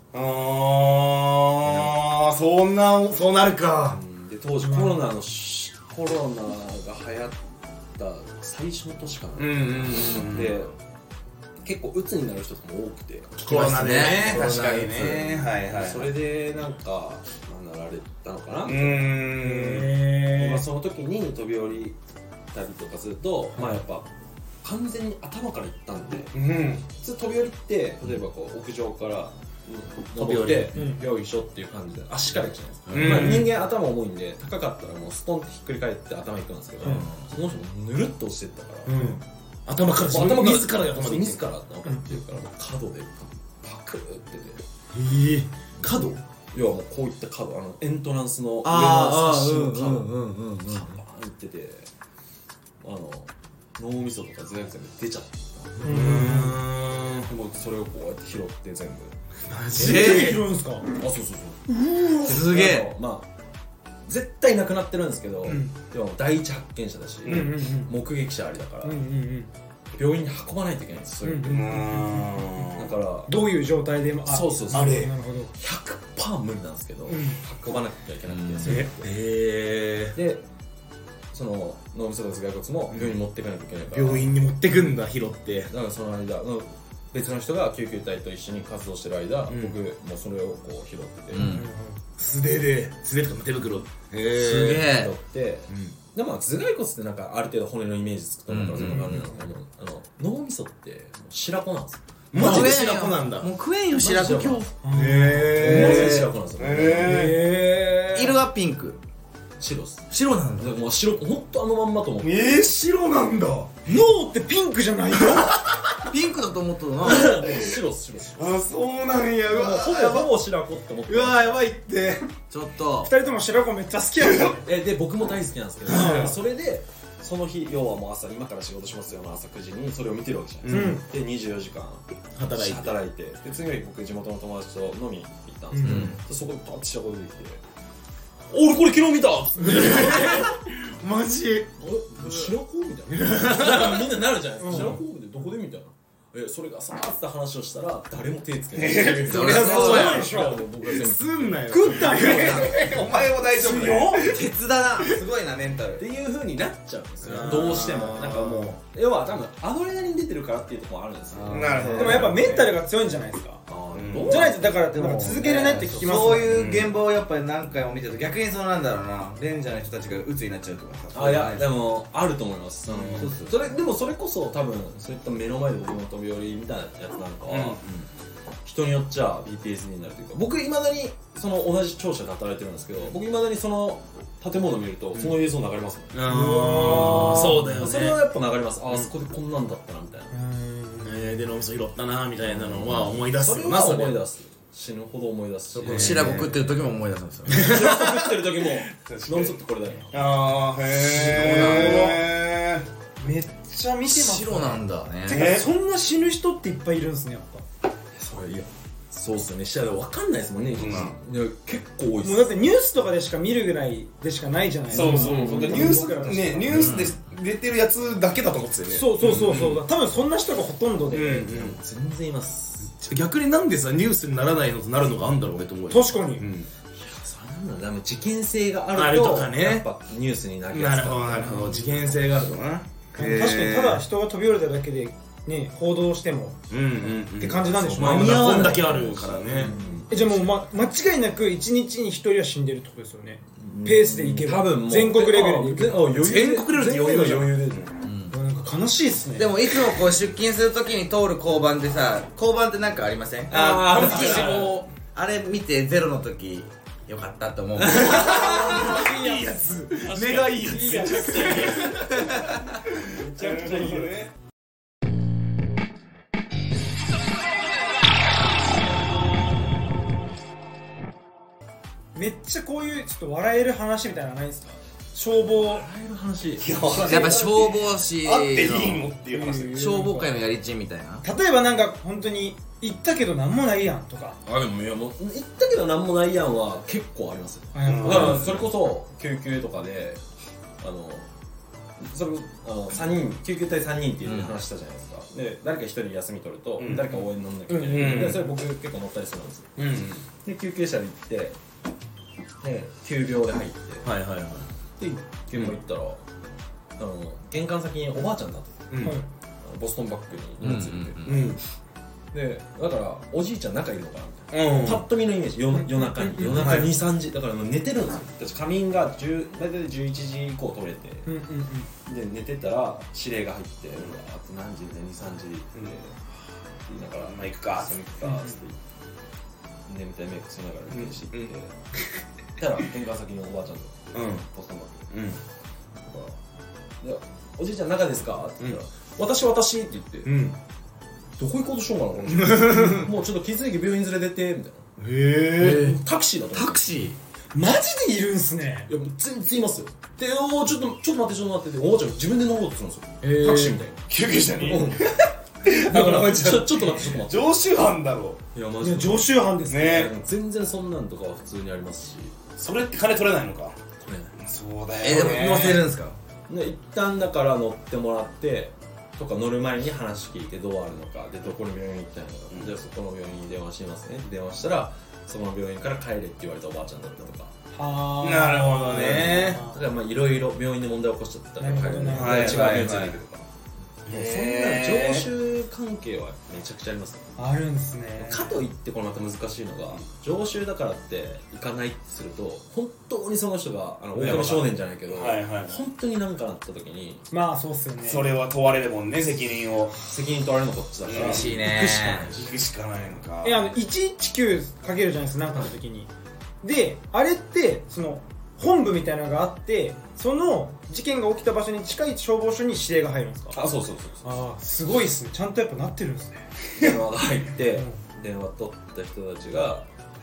ああ、そんなそうなるか。 と、で当時コロナのしコロナが流行った最初の年かな、 うんうんうん。 で結構鬱になる人とかも多くて、 コロナでね。 コロナ確かにね。はいはい。 それでなんかまあなられたのかな、 うーん。 へまあ、その時に飛び降りたりとかすると、まあやっぱ完全に頭から行ったんで、 うん。 普通飛び降りって例えばこう屋上から飛び降り飛び降りてうんよいしょっていう感じで足から行くじゃないですか、 うんまあ、人間頭重いんで高かったらもうストンってひっくり返って頭行くんですけど、 うんその人ぬるっと落ちてったから、 うん。頭からもう頭から自らや頭で自ら頭からっていうからもう角でパクっててええ。角？ 要はもうこういった角あのエントランスの上のあサッシの角うんうんうんうんカバーンいっててあの脳みそとか全部出ちゃったうーん。 でもそれをこうやって拾って全部マえで拾うんですかあそうそうそうすげえあのまあ絶対なくなってるんですけど、 んでも第一発見者だし、 うんうんうん目撃者ありだから、 うんうんうん病院に運ばないといけないんですそういうのうんうだからどういう状態でもあそうそうそうあれなるほどひゃくパーセント 無理なんですけど、 ん運ばなきゃいけなくて、 うんそういうのえでその脳みそと頭蓋骨も病院に持っていかないといけないから、 病院に持ってくんだ拾って。 だからその間の別の人が救急隊と一緒に活動してる間、 ん僕もうそれをこう拾ってて、 うん素手で素手とか手袋。 すげ拾えって、でまあ頭蓋骨ってなんかある程度骨のイメージつくと思うから全部わかんないんですけど、あの脳みそってもう白子なんですよ。 マジで白子なんだ。 もう食えんよ白子今日マジでへ白子なんですよ。 え。 へ色はピンク白っす。 白なんだ。 でもう白ほんとあのまんまと思って。 えー、白なんだ。 脳ってピンクじゃないよピンクだと思ったな白っす白っす。 あ、そうなんや。うわほぼほぼ白子って思ってうわやばいって。 ちょっと二人とも白子めっちゃ好きやんだえで僕も大好きなんですけど、それでその日要はもう朝今から仕事しますよの朝くじにそれを見てるわけじゃないですか、でにじゅうよじかん働いて働いてで次の日僕地元の友達と飲み行ったんですけど、でそこでバッてした子出てきて「俺これ昨日見た!」っつってマジ 「白子?」みたいななんかみんななるじゃないですか「白子?」でどこでみたいなえそれがさーって話をしたら誰も手つけないそりゃそうやでしょ僕が全部すんなよ食ったんよお前も大丈夫だよ鉄だなすごいなメンタルっていう風になっちゃうんですよあーどうしてもなんかもう要は多分アドレナリン出てるからっていうところもあるんですよなるほどでもやっぱメンタルが強いんじゃないですかうんじゃないとだからなんか続けれないって聞きますもんそういう現場をやっぱり何回も見てると逆にそうなんだろうなレンジャーの人たちが鬱になっちゃうとかさあいやでもあると思いますそうっすそれでもそれこそ多分そういった目の前で僕の飛び降りみたいなやつなんかは人によっちゃ ピーティーエスディー になるというか僕いまだにその同じ庁舎で働いてるんですけど僕いまだにその建物を見るとその映像流れますもんあーそうだよねそれはやっぱ流れますああそこでこんなんだったなみたいなえーで脳みそ拾ったなみたいなのは思い出すそれはよなそれ思い出す死ぬほど思い出すし白子食ってる時も思い出すんですよ白子食ってる時もノンストップこれだよあーへめっちゃ見てます白なんだねてかそんな死ぬ人っていっぱいいるんですねやっぱそれいやそうっすよね視野で分かんないですもんね、うん、いや結構多いっすもうだってニュースとかでしか見るぐらいでしかないじゃないですかそうそうニュースねニュースで出てるやつだけだと思ってたよねそうそうそうそう多分そんな人がほとんどで全然います逆になんでさニュースにならないのとなるのがあんだろうねと思う確かにそんなでも事件性があるとあるとかねやっぱニュースになりやすかったなるほどなるほど事件性があるとな確かにただ人が飛び降りただけでね報道してもうんうんって感じなんでしょうまあねこんだけあるからねえじゃあもう、ま、間違いなくいちにちにひとりは死んでるってことですよねペースでいけば多分もう全国レベルでいけば全国レベルって余裕じゃん余裕でなんか悲しいっすねでもいつもこう出勤するときに通る交番でさ交番ってなんかありませんあーこの時死亡あれ見てゼロの時よかったと思ういいやつ目がいいやつめちゃくちゃいいめちゃくちゃいいよねめっちゃこういうちょっと笑える話みたいなのないんですか消防話やっぱ消防士あっていいのっていう話の消防会のやりちんみたいな例えばなんか本当に行ったけどなんもないやんとかあでもいやもう言ったけどなんもないやんは結構ありますよあやっぱだからそれこそ救急とかであのそれあのさんにん救急隊さんにんっていう話したじゃないですか、で誰かひとり休み取ると、 うん誰か応援乗んなきゃいけない、 うんでそれ僕結構乗ったりするんですようんで救急車で行ってで急病で入ってはいはいはいで現場行ったら、あの玄関先におばあちゃんだったんですよ、 うんはいあのボストンバッグに荷物入れて、 うんでだからおじいちゃん仲いいのかなみたいな、 うんパッと見のイメージ夜夜中に夜中はいに、さんじだから寝てるんですよ私仮眠がじゅう大体じゅういちじ以降取れてうんうんうんで寝てたら指令が入って「うわあと何時でにさんじ」って言いながら「まあ行くか」って行くかって眠たいメイクしながら運転して行ってたら玄関先におばあちゃんとうんポストンバッグうんだからで「おじいちゃん中ですか?」って言ったら「私私」って言ってうんどこ行こうとしようかなこの人もうちょっと気づいて病院連れてってみたいなへえタクシーだと思ってタクシーマジでいるんすねいやもう全然いますよでおーちょっとちょっと待ってちょっと待ってっておばあちゃん自分で乗ろうとするんですよへータクシーみたい救急車になだからちょちょっと待ってちょっと待って常習犯だろいやマいや常習犯ですねね全然そんなんとかは普通にありますしそれって金取れないのか取れないそうだえでも乗せるんすかで一旦だから乗ってもらってとか乗る前に話聞いてどうあるのかでどこの病院に行きたいのか、 うんじゃあそこの病院に電話しますね電話したらその病院から帰れって言われたおばあちゃんだったとかはあなるほどねだからまあいろいろ病院で問題を起こしちゃったら帰るなるほどね違う病院に連れて行くとかもうそんへーな常習関係はめちゃくちゃありますねあるんですねかといってこれまた難しいのが常習だからって行かないってすると本当にその人があの狼少年じゃないけどはいはい本当に何かなった時にまあそうっすよねそれは問われるもんね責任を責任取られるのこっちだから厳しいね行くしかないし行くしかないのかえあのいちいちきゅうかけるじゃないですか何かの時にであれってその本部みたいなのがあってその事件が起きた場所に近い消防署に指令が入るんですかあそうそうそうああすごいっすねちゃんとやっぱなってるんですね電話が入って電話取った人たちが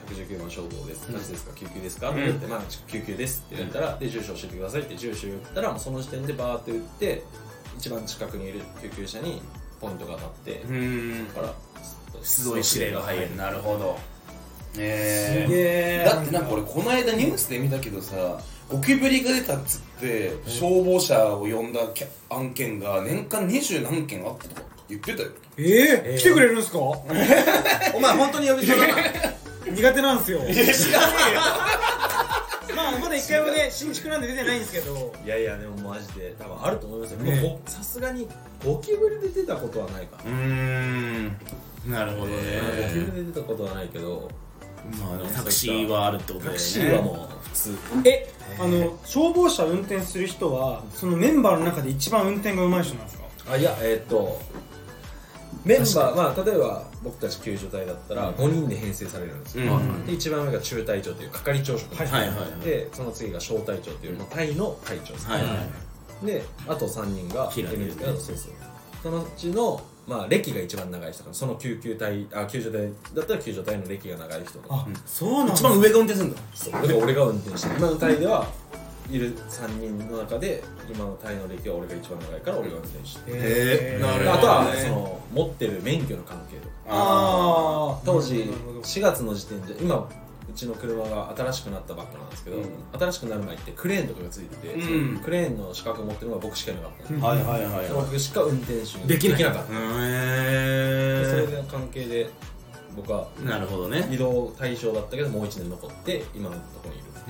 いちいちきゅうばん消防です、何時ですか、救急ですかって言って、まあ救急ですって言ったら、で住所教えてくださいって住所言ったら、もうその時点でバーって打って一番近くにいる救急車にポイントが当たって、 うーんから出動指令が入る。なるほど。 すげえ。 だってなんか俺この間ニュースで見たけどさ、ゴキブリが出たっつって消防車を呼んだ案件が年間二十何件あったとか言ってたよ。 えー、来てくれるんですか？ お前本当に呼びそうだな。 苦手なんですよ。 いや知らねえよ。 まあまだ一回もね新築なんで出てないんですけど。 いやいやでもマジで多分あると思いますよ。 ねもうさすがにゴキブリで出たことはないかうーんなるほどね。 ら、ゴキブリで出たことはないけど、 まあでもタクシーはあるってことだよね。 タクシーはもう普通。 え、あの消防車運転する人はそのメンバーの中で一番運転が上手い人なんですか？ あいやえーっとメンバー、まあ例えば僕たち救助隊だったらごにんで編成されるんですよ、 うんで一番上が中隊長という係長職、 はいはいはいはいでその次が小隊長という、まあ、隊の隊長ですね、 はいはいであとさんにんがいるんですけど、そうそうそのうちの、まあ、歴が一番長い人から、その救急隊あ救助隊だったら救助隊の歴が長い人とか、 あ、そうなんだ。 一番上が運転するんだ。 そうだから俺が運転して今の隊ではいるさんにんの中で今の隊の歴は俺が一番長いから俺が運転して、 へーなるほどねあとはその持ってる免許の関係とかあー当時なるほどしがつの時点で今うちの車が新しくなったばっかなんですけど、 うん新しくなる前ってクレーンとかがついてて、 うんそのクレーンの資格を持ってるのが僕しかいなかったんです、 はいはいはいは僕しか運転手にい。できない。 なかった、 へそれの関係で僕はーなるほどね。 移動対象だったけどもういちねん残って今のところにいる。 う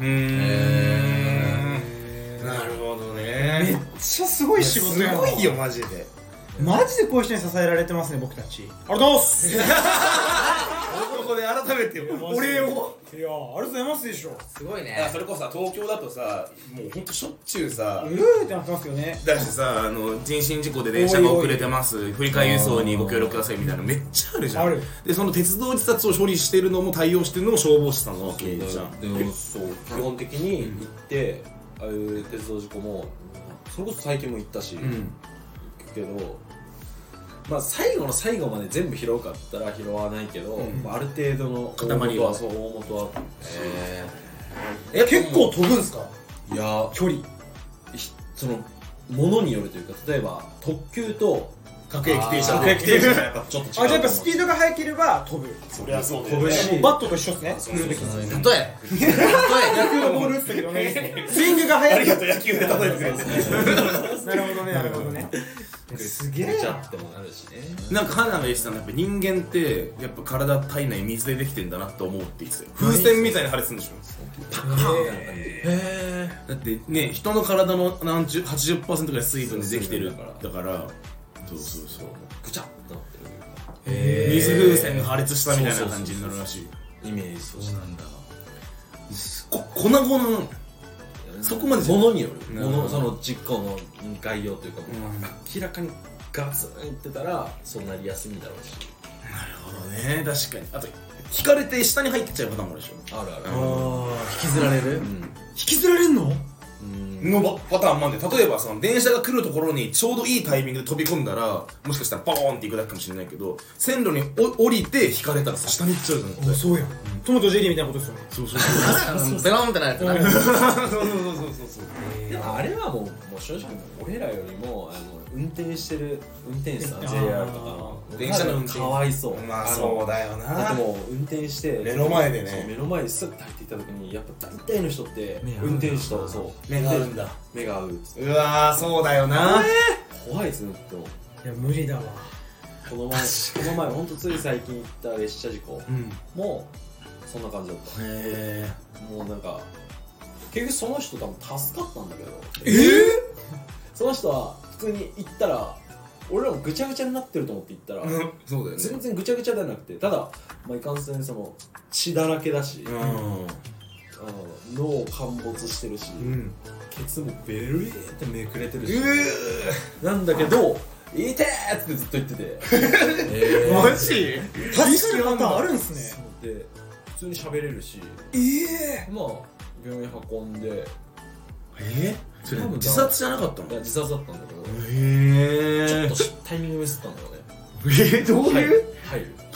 ーんなるほどめっね。 ちゃすごい仕事やな。 すごいよマジで。 マジでこういう人に支えられてますね、僕たち。ありがとうございます。 ここで改めてお礼を。 いや、ありがとうございますでしょ。 すごいいやね。 それこそさ東京だとさもうほんとしょっちゅうさうーってなってますよね。 だしさ、あの人身事故で電車が遅れてます振り替え輸送にご協力くださいみたいなのめっちゃあるじゃん。 あるでその鉄道自殺を処理してるのも対応してるのも消防士さんなわけじゃん。 でもそう基本的に行って、ああいう鉄道事故もそれこそ最近も行ったし、 ん行くけど、まあ最後の最後まで全部拾うかったら拾わないけど、 んまあ、ある程度の大塊は元はそう大元はえ、結構飛ぶんすか？ いや距離。 ひそのものによるというか、例えば特急と各駅停車各駅停車がやっぱちょっと違うと思う。 あ、じゃあやっぱスピードが速ければ飛ぶ。 そりゃそうだ飛ぶしもうバットと一緒ですね。振る時に。 例え例え野球のボール打ってたけどね。スイングが速い。 ありがとう野球で例えてくれてなるほどね、なるほどね。すげえちゃってもなるしね。 なんか花が言ってたのやっぱ人間ってやっぱ体体内水でできてんだなって思うって言ってたよ。風船みたいな破裂するんでしょ。 へだってね人の体の何十 はちじゅっパーセント ぐらい水分でできてるだからそうそうそうぐちゃっとなってる水風船が破裂したみたいな感じになるらしい。 イメージとしてなんだこ粉々なのそこまでじゃものによるなるほどものその実行の概要というか、もう明らかにガツンいってたらそうなりやすいんだろうし。 なるほどね確かに。あと引かれて下に入ってっちゃうパターンもあるでしょ。 あるある引きずられる。 引きずられんの？ のパターンもあるんで、例えばその電車が来るところにちょうどいいタイミングで飛び込んだらもしかしたらポーンっていくだけかもしれないけど、線路にお降りて引かれたらさ下に行っちゃうじゃんって。 あ、そうやん。トムとジェリーみたいなことですよね。 そうそうそうベロンってなるやつな。 そうそうそうそうでもあれはもうもう正直もう俺らよりもあの運転してる運転手さん ジェイアール とかの電車の運転かわいそう。 まあのそうだよな。 だってもう運転して目の前でねそう目の前にスッと入っていった時にやっぱ大体の人って目合う運転手とそう目が合うんだ。 目が合うっつってうわーそうだよな。 怖いですね。でもいや、無理だわ。 この前この前本当つい最近行った列車事故うんもそんな感じだっへた。もうなんか結局その人多分助かったんだけど、 えー、 その人は普通に行ったら俺らもぐちゃぐちゃになってると思って行ったら、 えそうだよね。 全然ぐちゃぐちゃではなくて、ただ、まあ、いかんせんその血だらけだし、 うんあの脳陥没してるし、 うんケツもベルリーってめくれてるし、なんだけど「痛え!」ってずっと言っててえー、マジ確かにパターンあるんすね。 で普通に喋れるし、 ええまあ病院運んで、 えー、それ多分自殺じゃなかったの？ いや自殺だったんだけど、 へちょっえとタイミングミスったんだよね。 えー、どういう入る入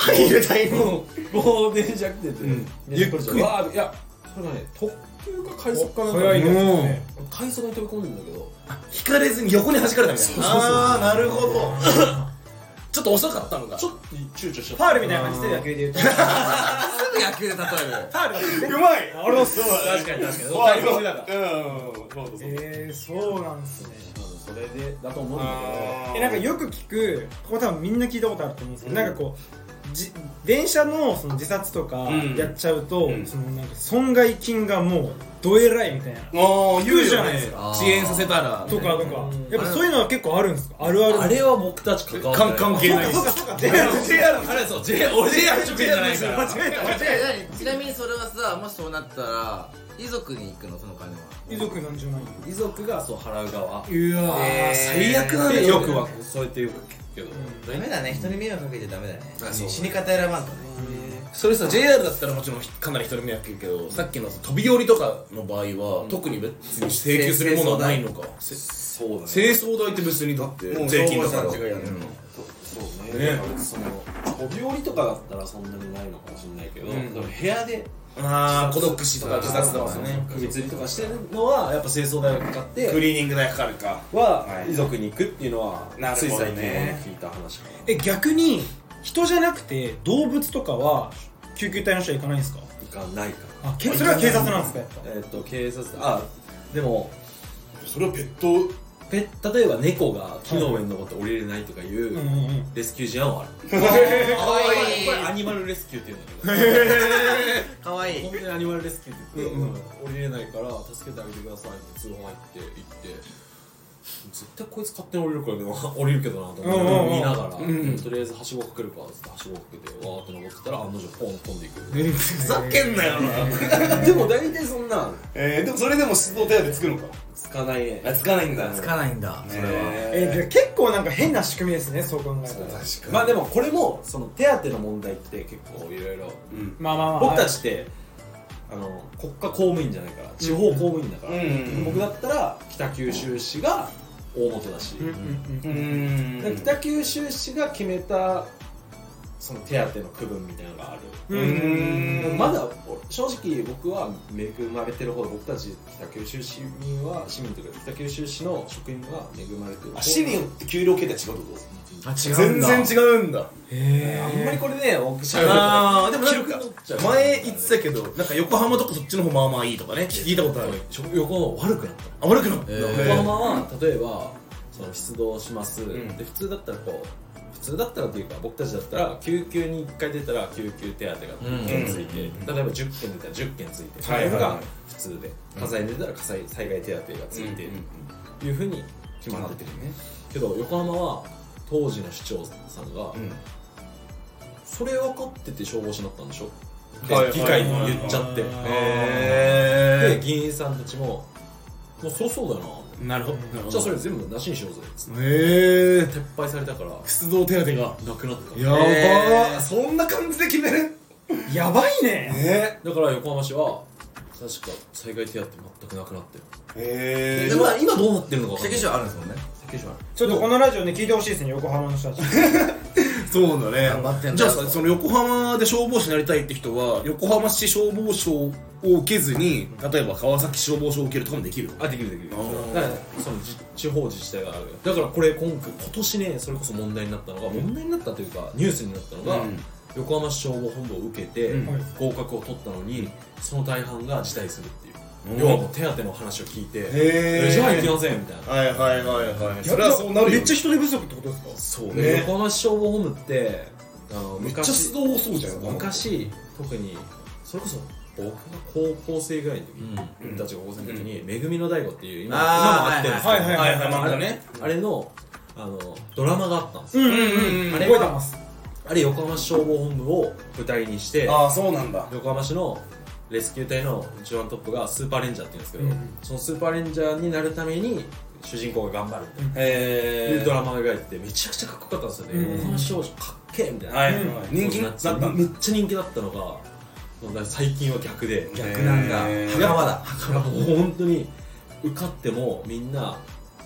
入るタイミングもう電車来てて、 ゆっくりうわーいやそれがね特急か快速かなんか早いですもうね快速に飛び込んでんだけど引かれずに横に弾かれたみたいなああなるほどちょっと遅かったのかちょっと躊躇しちゃったファールみたいな感じで野球で言うとフすぐ野球で例えるァールだねうまいあれそう確かに確かにタイタイミングだからえー、そうなんすねそれでだと思うんだえなんかよく聞くここ多分みんな聞いたことあると思うんですけど、なんかこうじ電車のその自殺とかんやっちゃうと、 うんそのなんか損害金がもうどえらいみたいなああ言うじゃないですか遅延させたらとかとかやっぱそういうのは結構あるんですかあるあるあれは僕たち関わってない関係ないそうかそうか ジェイアールジェイアールあれそう J 俺 ジェイアール 職員じゃないから間違えた間違えちなみにそれはさもしそうなったら遺族に行くのその金はた遺族なんじゃない遺族がそう払う側うわえー最悪だねよくはそうやってよく聞くけどダメだね人に迷惑かけちゃダメだねあそう死に方選ばんとねそれさ ジェイアール だったらもちろんかなり人に迷惑かけるけどさっきの飛び降りとかの場合は特に別に請求するものはないのかそうだね清掃代って別にだってもう税金とか消防士たちがやるそうねだからその飛び降りとかだったらそんなにないのかもしれないけど、 うんでも部屋でああ孤独死とか自殺とかですね首吊りとかしてるのはやっぱ清掃代がかかってクリーニング代かかるかははい遺族に行くっていうのはなるほどねつい最近聞いた話かなえ逆に人じゃなくて動物とかは救急隊の人は行かないんですか行かないかあけそれは警察なんですかやっぱえっと警察あでもそれはペットペ例えば猫が木の上に登って降りれないとかいううんうんうんレスキュー事案はあるかわいいこれアニマルレスキューって言うんだけどかわいい本当にアニマルレスキューって言って、降りれないから助けてあげてくださいって通報入って行って絶対こいつ勝手に降りるからな降りるけどなと思ってうんうんうん見ながら、 んとりあえずはしごかけるかっつってはしごかけてわーって登ってたら案の定ポン飛んでいくふざけんなよなでも大体そんなえー、でもそれでも出動手当つくのかつかないねあつかないんだつかないんだそれはえじゃあ結構なんか変な仕組みですねそう考えたら確かまあでもこれもその手当の問題って結構いろいろうんまあまあまあ僕たちってあの国家公務員じゃないから地方公務員だから、 うん僕だったら北九州市が大元だし、 うんうんうんで北九州市が決めたその手当の区分みたいなのがある、 うんうんでもまだ正直僕は恵まれてる方で僕たち北九州市民は市民というか北九州市の職員は恵まれてるあ市によって給料形態違うってことですあ違全然違うんだへあんまりこれね僕しゃべるあーでもなんか広くなっちゃう前言ってたけどなんか横浜とかそっちの方まあまあいいとかね聞いたことある横の悪くなったあ悪くなったえー横浜は例えばその出動します、 んで普通だったらこう普通だったらっていうか僕たちだったら救急にいっかい出たら救急手当がいっけんついて、例えばじゅっけん出たらじゅっけんついて、それが普通で火災に出たら火災災害手当がついて、いうふうに決まってるねけど横浜は当時の市長さんが、それ分かってて消防士になったんでしょって議会に言っちゃって、で議員さんたちももうそりゃそうだよななるほどじゃあそれ全部なしにしようぜっつってへえ撤廃されたから出動手当がなくなったやばへーそんな感じで決めるーやばいねねだから横浜市は確か災害手当全くなくなってるへでも今今どうなってるのか分かんない関所あるんですもんね関所あるちょっとこのラジオね聞いてほしいですね横浜の人たちそうだね頑張ってんだよじゃあさその横浜で消防士になりたいって人は横浜市消防署を受けずに例えば川崎消防署を受けるとかもできるあできるできるあーだからねそのじ地方自治体があるだからこれ今今年ねそれこそ問題になったのが問題になったというかニュースになったのが、 うん横浜市消防本部を受けて、 うん合格を取ったのにその大半が辞退するっていう、 うん要はもう手当の話を聞いてへーじゃあ行きませんみたいなはいはいはいはいやそれはそうなるよめっちゃ人手不足ってことですかそうねね横浜市消防本部ってあのめっちゃ昔出動多そうじゃん昔特にそれこそ僕が高校生ぐらいの時、 うん僕たちが高校生の時に「めぐみの大悟」っていう今あー今もあってるんですけど、 はいはいはいはいはい漫画ねあれのあのドラマがあったんですよ、 うんうんうんあれは覚えてますあれ横浜市消防本部を舞台にしてああそうなんだ横浜市のレスキュー隊の一番トップがスーパーレンジャーって言うんですけど、 うんそのスーパーレンジャーになるために主人公が頑張るみたいな、 へいうドラマが描いててめちゃくちゃかっこよかったんですよね、 うん横浜市消防かっけえみたいな、 はいうん人気だったんだめっちゃ人気だったのがもうだから最近は逆で逆なんだへー袴だだからもう本当に受かってもみんな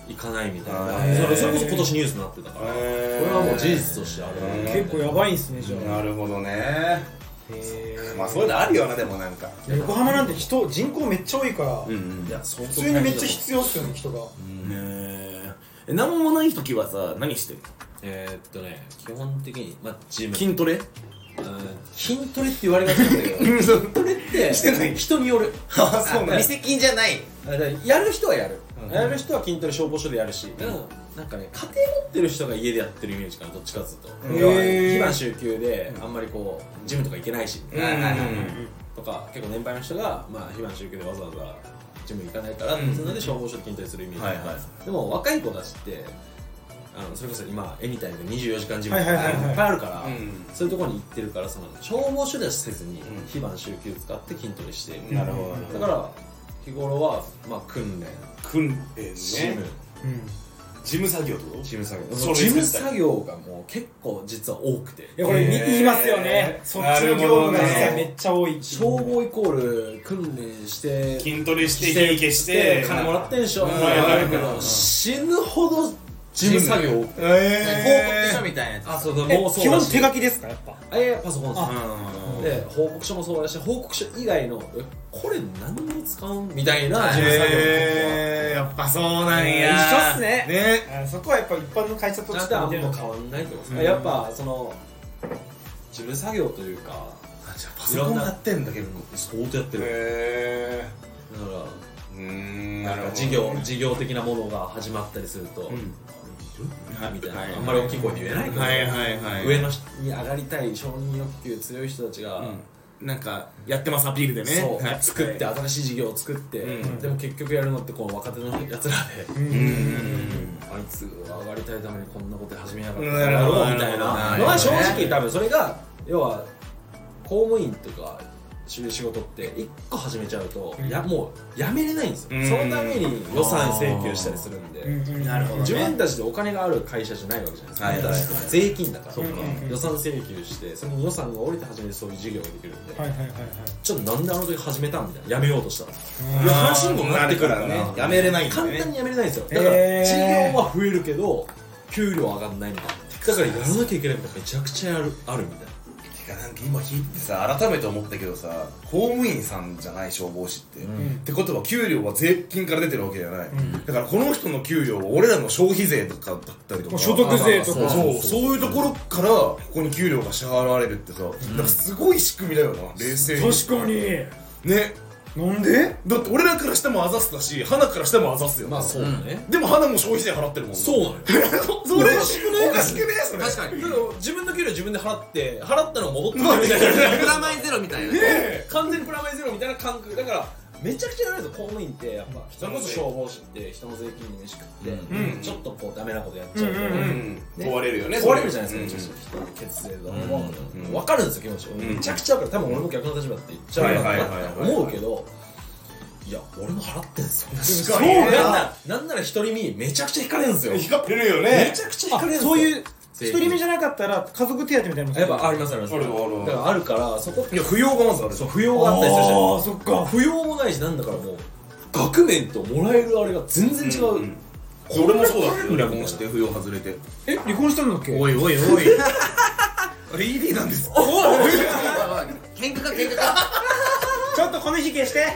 行かないみたいあな、 ーそれそれこそ今年ニュースになってたから、これはもう事実としてある。 結構やばいんすねじゃあ。 なるほどね。 へーまあそういうのあるよな、でもなんか。 横浜なんて人人口めっちゃ多いから、 うんいや相当普通にめっちゃ必要っすよね人が。 ねえ、なんもない時はさ、何してる？ えーっとね基本的にまあジム、 筋トレ？ うん筋トレって言われがちなんだけど筋トレって人による。 あ、そうなん店金じゃないだからやる人はやる、 うんやる人は筋トレ消防署でやるし、でもなんかね家庭持ってる人が家でやってるイメージかな、どっちかっつうと、 へー要は非番週休であんまりこうジムとか行けないし、 うんうんうんとか結構年配の人がまあ非番週休でわざわざジム行かないからっていうので消防署で筋トレするイメージ、 はいはいでも若い子たちってあのそれこそ今エニタイムでにじゅうよじかんジムとかはいはいはいはいいっぱいあるから、 うんそういうところに行ってるから、その消防署ではせずにん非番週休使って筋トレして、 なるほどなるほど。 だから日頃はまあ訓練、 訓練ジム、 ね。事務作業ってこと？ 事務作業、 それ事務作業がもう結構実は多くて、 いやこれみへー言いますよね。そっちの業務が実はめっちゃ多い。 消防イコール訓練して筋トレして火消して金もらってんでしょ、 うんわかるけど死ぬほど事務作業多くて、 報告え書みたいなやつあそうだえもうそう基本だし手書きですかやっぱ。 えパソコンですー。 で報告書もそうだし、報告書以外のえこれ何に使うんみたいな事務作業も結構あって、 へー、やっぱそうなんや。 一緒っすねね。 あそこはやっぱ一般の会社とちゃんしてとあんま見てるのか。 変わんないってことですうんか、やっぱその事務作業というかじゃあパソコンやってんだけど。 相当やってる、 へだからー。うーん、 なんか事業事業的なものが始まったりすると、 んみたいな、 はいあんまり大きい声で言えないけど、 はいはいはい。 上の人に上がりたい承認欲求強い人たちが、 うん、なんかやってますアピールでね。 そう、 はい作って新しい事業を作って、 うんでも結局やるのってこう若手のやつらで、 うんうんうんあいつが上がりたいためにこんなこと始めやがったうんんだろうなるほどみたいななるほどのは正直多分それが要は公務員とかそういう仕事って一個始めちゃうと、 うんやもうやめれないんですよ、 うんそのために予算請求したりするんで、 うんうんなるほどね自分たちでお金がある会社じゃないわけじゃないですか、 はいはいはい税金だから、 そうか予算請求してその予算が降りて初めてそういう事業ができるんで、 はいはいはいはい。 ちょっとなんであの時始めたんみたいな、やめようとしたらうんいや話にもなってくるからね。やめれないんだよね。 簡単にやめれないんですよ。だからへー事業は増えるけど給料上がんないみたいな、だからやらなきゃいけないみたいなめちゃくちゃあるあるみたいな。 てかなんか今聞いてさ改めて思ったけどさ、公務員さんじゃない消防士って、 うんってことは給料は税金から出てるわけじゃない、 んだからこの人の給料は俺らの消費税とかだったりとか所得税とかそうそうそういうところからここに給料が支払われるってさ、だからすごい仕組みだよな冷静に。 確かに。 ね、 なんで？ だって俺らからしてもあざすだし花からしてもあざすよ、 まあそうだね。 でも花も消費税払ってるもんそうなのよ。 それおかしくねおかしくねそれ確かにだから自分の給料自分で払って払ったのが戻ってくるみたいな。 プラマイゼロみたいな完全にプラマイゼロみたいな感覚だからめちゃくちゃやらないと公務員ってやっぱそれこそ消防士って人の税金で飯食って、 うんちょっとこうダメなことやっちゃうと、 うんうんうん問われるよね壊れるじゃないですか、 うん人の血税だとうん思ううん分かるんですよ気持ち、 うんめちゃくちゃ分かる。多分俺も逆の立場って言っちゃうかはいなはいはいはいって思うけど、いや俺も払ってんすよ。 確かにねなんならなんなら独り身めちゃくちゃ引かれるんですよ。 光ってるよめねちゃくちゃ引あかれるんですよ。 そういう税金一人目じゃなかったら家族手当みたいなのやっぱありますあります。 あるあるだからあるからそこいや扶養がまずあるそう扶養があったりするじゃん。 ああそっか。 扶養もないしなんだからもう額面ともらえるあれが全然違う、 うんうん俺もそうだったよ離婚して扶養外れてえ離婚したんだっけ？ おいおいおいあれ イーディー なんですか喧嘩か喧嘩かちょっとこの日消して。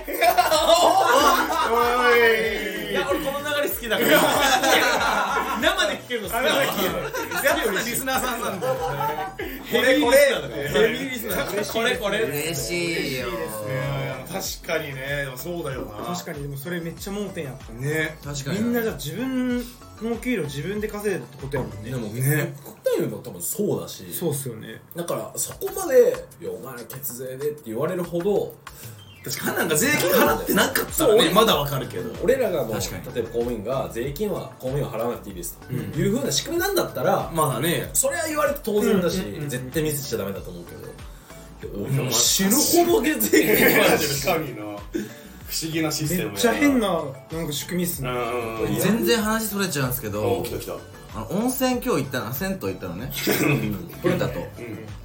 おいいや俺この流れ好きだから生で聞けるの好きだからやっぱリスナーさんなんだよヘビーリスナーだからヘビーリスナーこれこれ嬉しいよ確かにねでもそうだよな確かにでもそれめっちゃ盲点やった。 ね確かにみんなじゃあ自分の給料自分で稼いだってことやもんね。 でもね極端に言うと多分そうだしそうっすよね。 だからそこまで「いやお前血税で」って言われるほど確かになんか税金払ってなかったらねまだわかるけど俺らがもう確かに例えば公務員が税金は公務員は払わなくていいですというふうな仕組みなんだったらまだねそれは言われて当然だしうんうんうん絶対ミスしちゃダメだと思うけどいやうん俺も死ぬほど税金確かにな不思議なシステムめっちゃ変ななんか仕組みっすね。 うんうん全然話それちゃうんですけおど来た来たあの温泉今日行ったの銭湯行ったのね古田とうん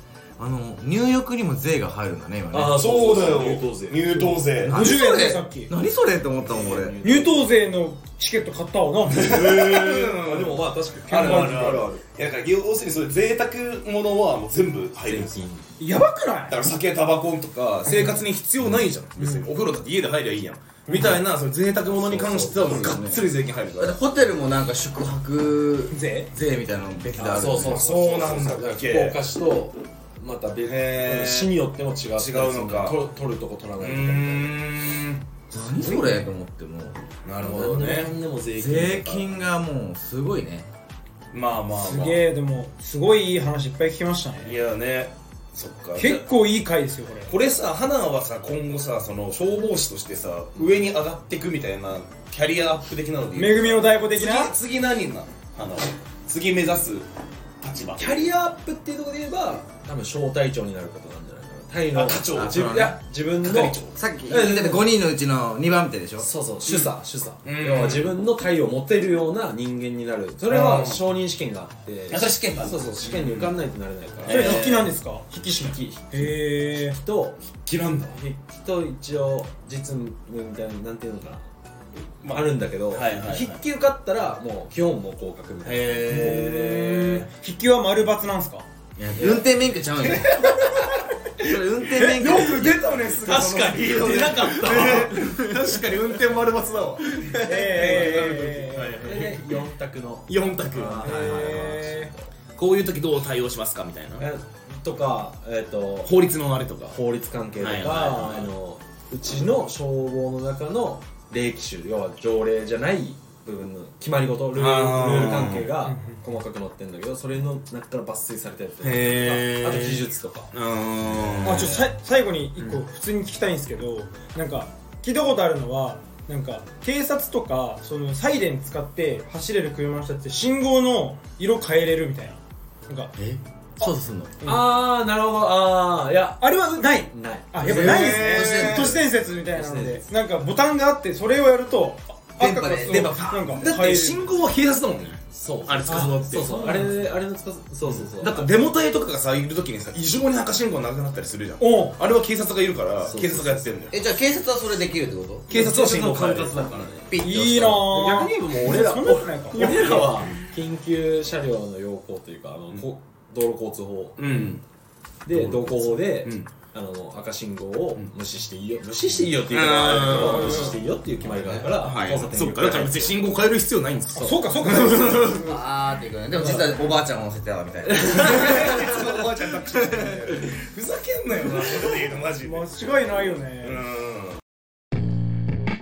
あの入浴にも税が入るんだね今ね。 ああそうだよ入湯税入湯税ごじゅうえん何それでさっき何それって思ったもん俺。 入湯税のチケット買ったわなあでもまあ確かにあるあるあるあるいやだから要するにそういう贅沢ものはもう全部入るんですよやばくないだから酒タバコとか生活に必要ないじゃん別にお風呂だって家で入りゃいいやんみたいなその贅沢物に関してはもうがっつり税金入るからだってホテルもなんか宿泊税税みたいなの別である。 そうそうそうなんだっけ福岡市とまた別へー市によっても違う違うのかと取るとこ取らなうーいとかん何それと思ってもなるほどね何でも税金税金がもうすごいね。 まあまあすまあげえでもすごいいい話いっぱい聞きましたいねやねそっか結構いい回ですよこれこれさ花はさ今後さその消防士としてさ上に上がっていくみたいなキャリアアップ的なので言う恵みの大子的な次次何になる花は次目指す立場キャリアアップっていうところで言えば多分小隊長になることなんじゃないかな。タイのあ課長自分いや自分の係長さっき言ってたごにんのうちのにばん手でしょ。 そうそう主査主査うん要は自分の体を持てるような人間になる。それは承認試験があってあそれ試験があるそうそう試験に受かんないとなれないからそれ筆記なんですか筆記試験筆記へえと嫌んだ筆記と一応実務みたいななんていうのかなまあるんだけど、 はいはいはい筆記受かったらもう基本もう合格みたいな。 へ筆記は丸×なんすかいや運転免許ちゃうんよそれ運転免許よく出たねすぐ確かに出なかった確かに運転丸×だわえそれでよん択のよん択えこういう時どう対応しますかみたいなえとか、えっと法律のあれとか法律関係とか、 はいはいはいあのうちの消防の中の礼儀種要は条例じゃない部分の決まり事ルールルあーール関係が細かく載ってるんだけどそれの中から抜粋されたやつとかへーあと技術とかうーんあちょさ最後に一個普通に聞きたいんですけど、なんか聞いたことあるのはなんか警察とかそのサイレン使って走れる車の人って信号の色変えれるみたいななんかえ操作すんの。 ああなるほどああいやあれはないないあやっぱないですねへー都市伝説みたいなので都市伝説なんかボタンがあってそれをやると電波で赤か電波そうなんかだって信号は警察だもんねそうあれ司ってそうそうあれあれのつかそうそうそうだってデモ隊とかがさいる時にさ異常に赤信号なくなったりするじゃんおうあれは警察がいるからそう警察がやってるんだよえじゃあ警察はそれできるってこと？ 警察は信号変える管轄だからねピッて押いいしたらなぁ逆に言えばもう俺らそんなことないか俺らは緊急車両の要項というかあの、こ道路交通法うんで道交法で、 うんあの赤信号を無視していいよ、無視していいよっていうかあるけどうん無視していいよっていう決まりがあるから、 はい交差点そっかだから別に信号変える必要ないんですよそうかそうかあーっていくね。でも実はおばあちゃんを乗せてたみたいなおばあちゃんタクシーふざけんなよなそれで言うのマジで間違いないよねうん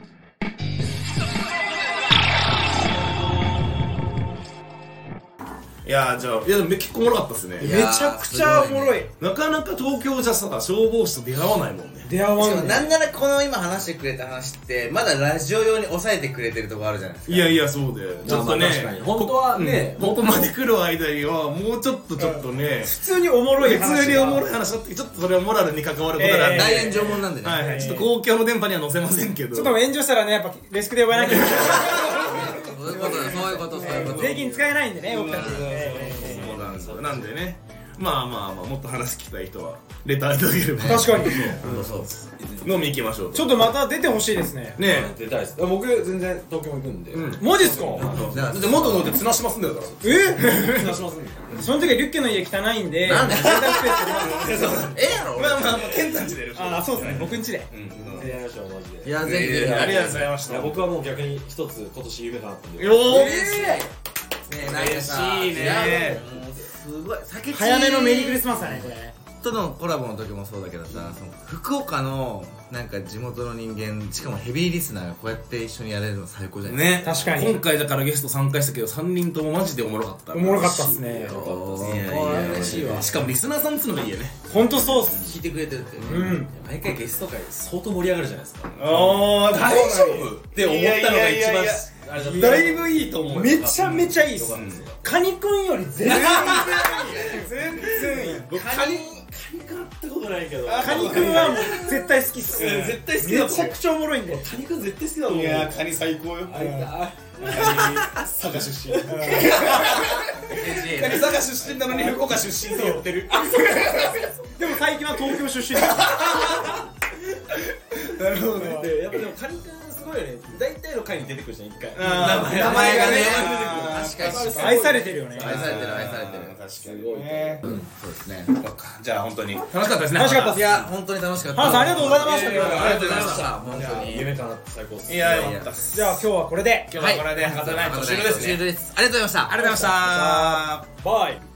いやじゃあいやでも結構おもろかったっすねめちゃくちゃおもろいなかなか東京じゃさ消防士と出会わないもんね出会わしかもんねなんならこの今話してくれた話ってまだラジオ用に抑えてくれてるとこあるじゃないですか。 いやいやそうだよちょっとねまあ確かに本当はねこここまで来る間にはもうちょっとちょっとね普通におもろい普話が通におもろい話だってちょっとそれはモラルに関わることなんで、 えー大炎上もんなんでね。 はいはいちょっと公共の電波には載せませんけどちょっと炎上したらねやっぱレスクで呼ばなきゃいけそういうことだそういうことそういうこと。 ない税金使えないんでね僕たちそうなんですよなんでねまあまあまあもっと話聞きたい人はレターいただければ確かに本当そうです。 飲み行きましょうちょっとまた出てほしいですねね出たいです僕全然東京も行くんで、 えうんマジっすかだって元のって綱島住んでるからえ話しますんでその時はリュッケの家汚いんでなんで洗濯スペースでええやろ俺。 まあまあまあケンタンチでやるああそうですね僕ん家でうんやりましょうマジでいやぜひぜひ。 ありがとうございましたいや僕はもう逆に一つ今年夢があったんでよー嬉しい。ねえなんかさ嬉しいねいやもうすごい酒早めのメリークリスマスだねこれとのコラボの時もそうだけどさ、その福岡のなんか地元の人間しかもヘビーリスナーがこうやって一緒にやれるの最高じゃないね確かに今回だからゲスト参加したけどさんにんともマジでおもろかったおもろかったっすねですか。 いやいや嬉しいわしかもリスナーさんっつうのがいいよねほんとそうっす聞いてくれてるって。 うん毎回ゲスト会相当盛り上がるじゃないですかっああ大丈夫て思ったのが一番あれだっただいぶいいと思うよめちゃめちゃいいっすよかったですよカニくんより全然全然いい僕カニカニ買ったことないけどカニくんはもう絶対好きっすうん絶対好きだと思うめちゃくちゃおもろいんでカニくん絶対好きだと思ういやーカニ最高よあれあ佐賀出身嬉しいカニ佐賀出身なのに福岡出身って言ってるでも最近は東京出身ですなるほどね。 でやっぱでもカニくんすごいよね。大体の回に出てくるじゃん、一回。 あー名前がね確かに愛されてるよね。 愛されてる愛されてる。 確かにすごいね。 うんそうですね。 そっかじゃあ本当に楽しかったですね。 楽しかったっすいや本当に楽しかった。 花さんありがとうございました。 いやいやいやありがとうございました。本当に。 夢かなって最高っす。 いやよかったっす。 じゃあ今日はこれで今日はこれで博多ナイト終了ですね。 終了です。ありがとうございました。 ありがとうございました。 バイ。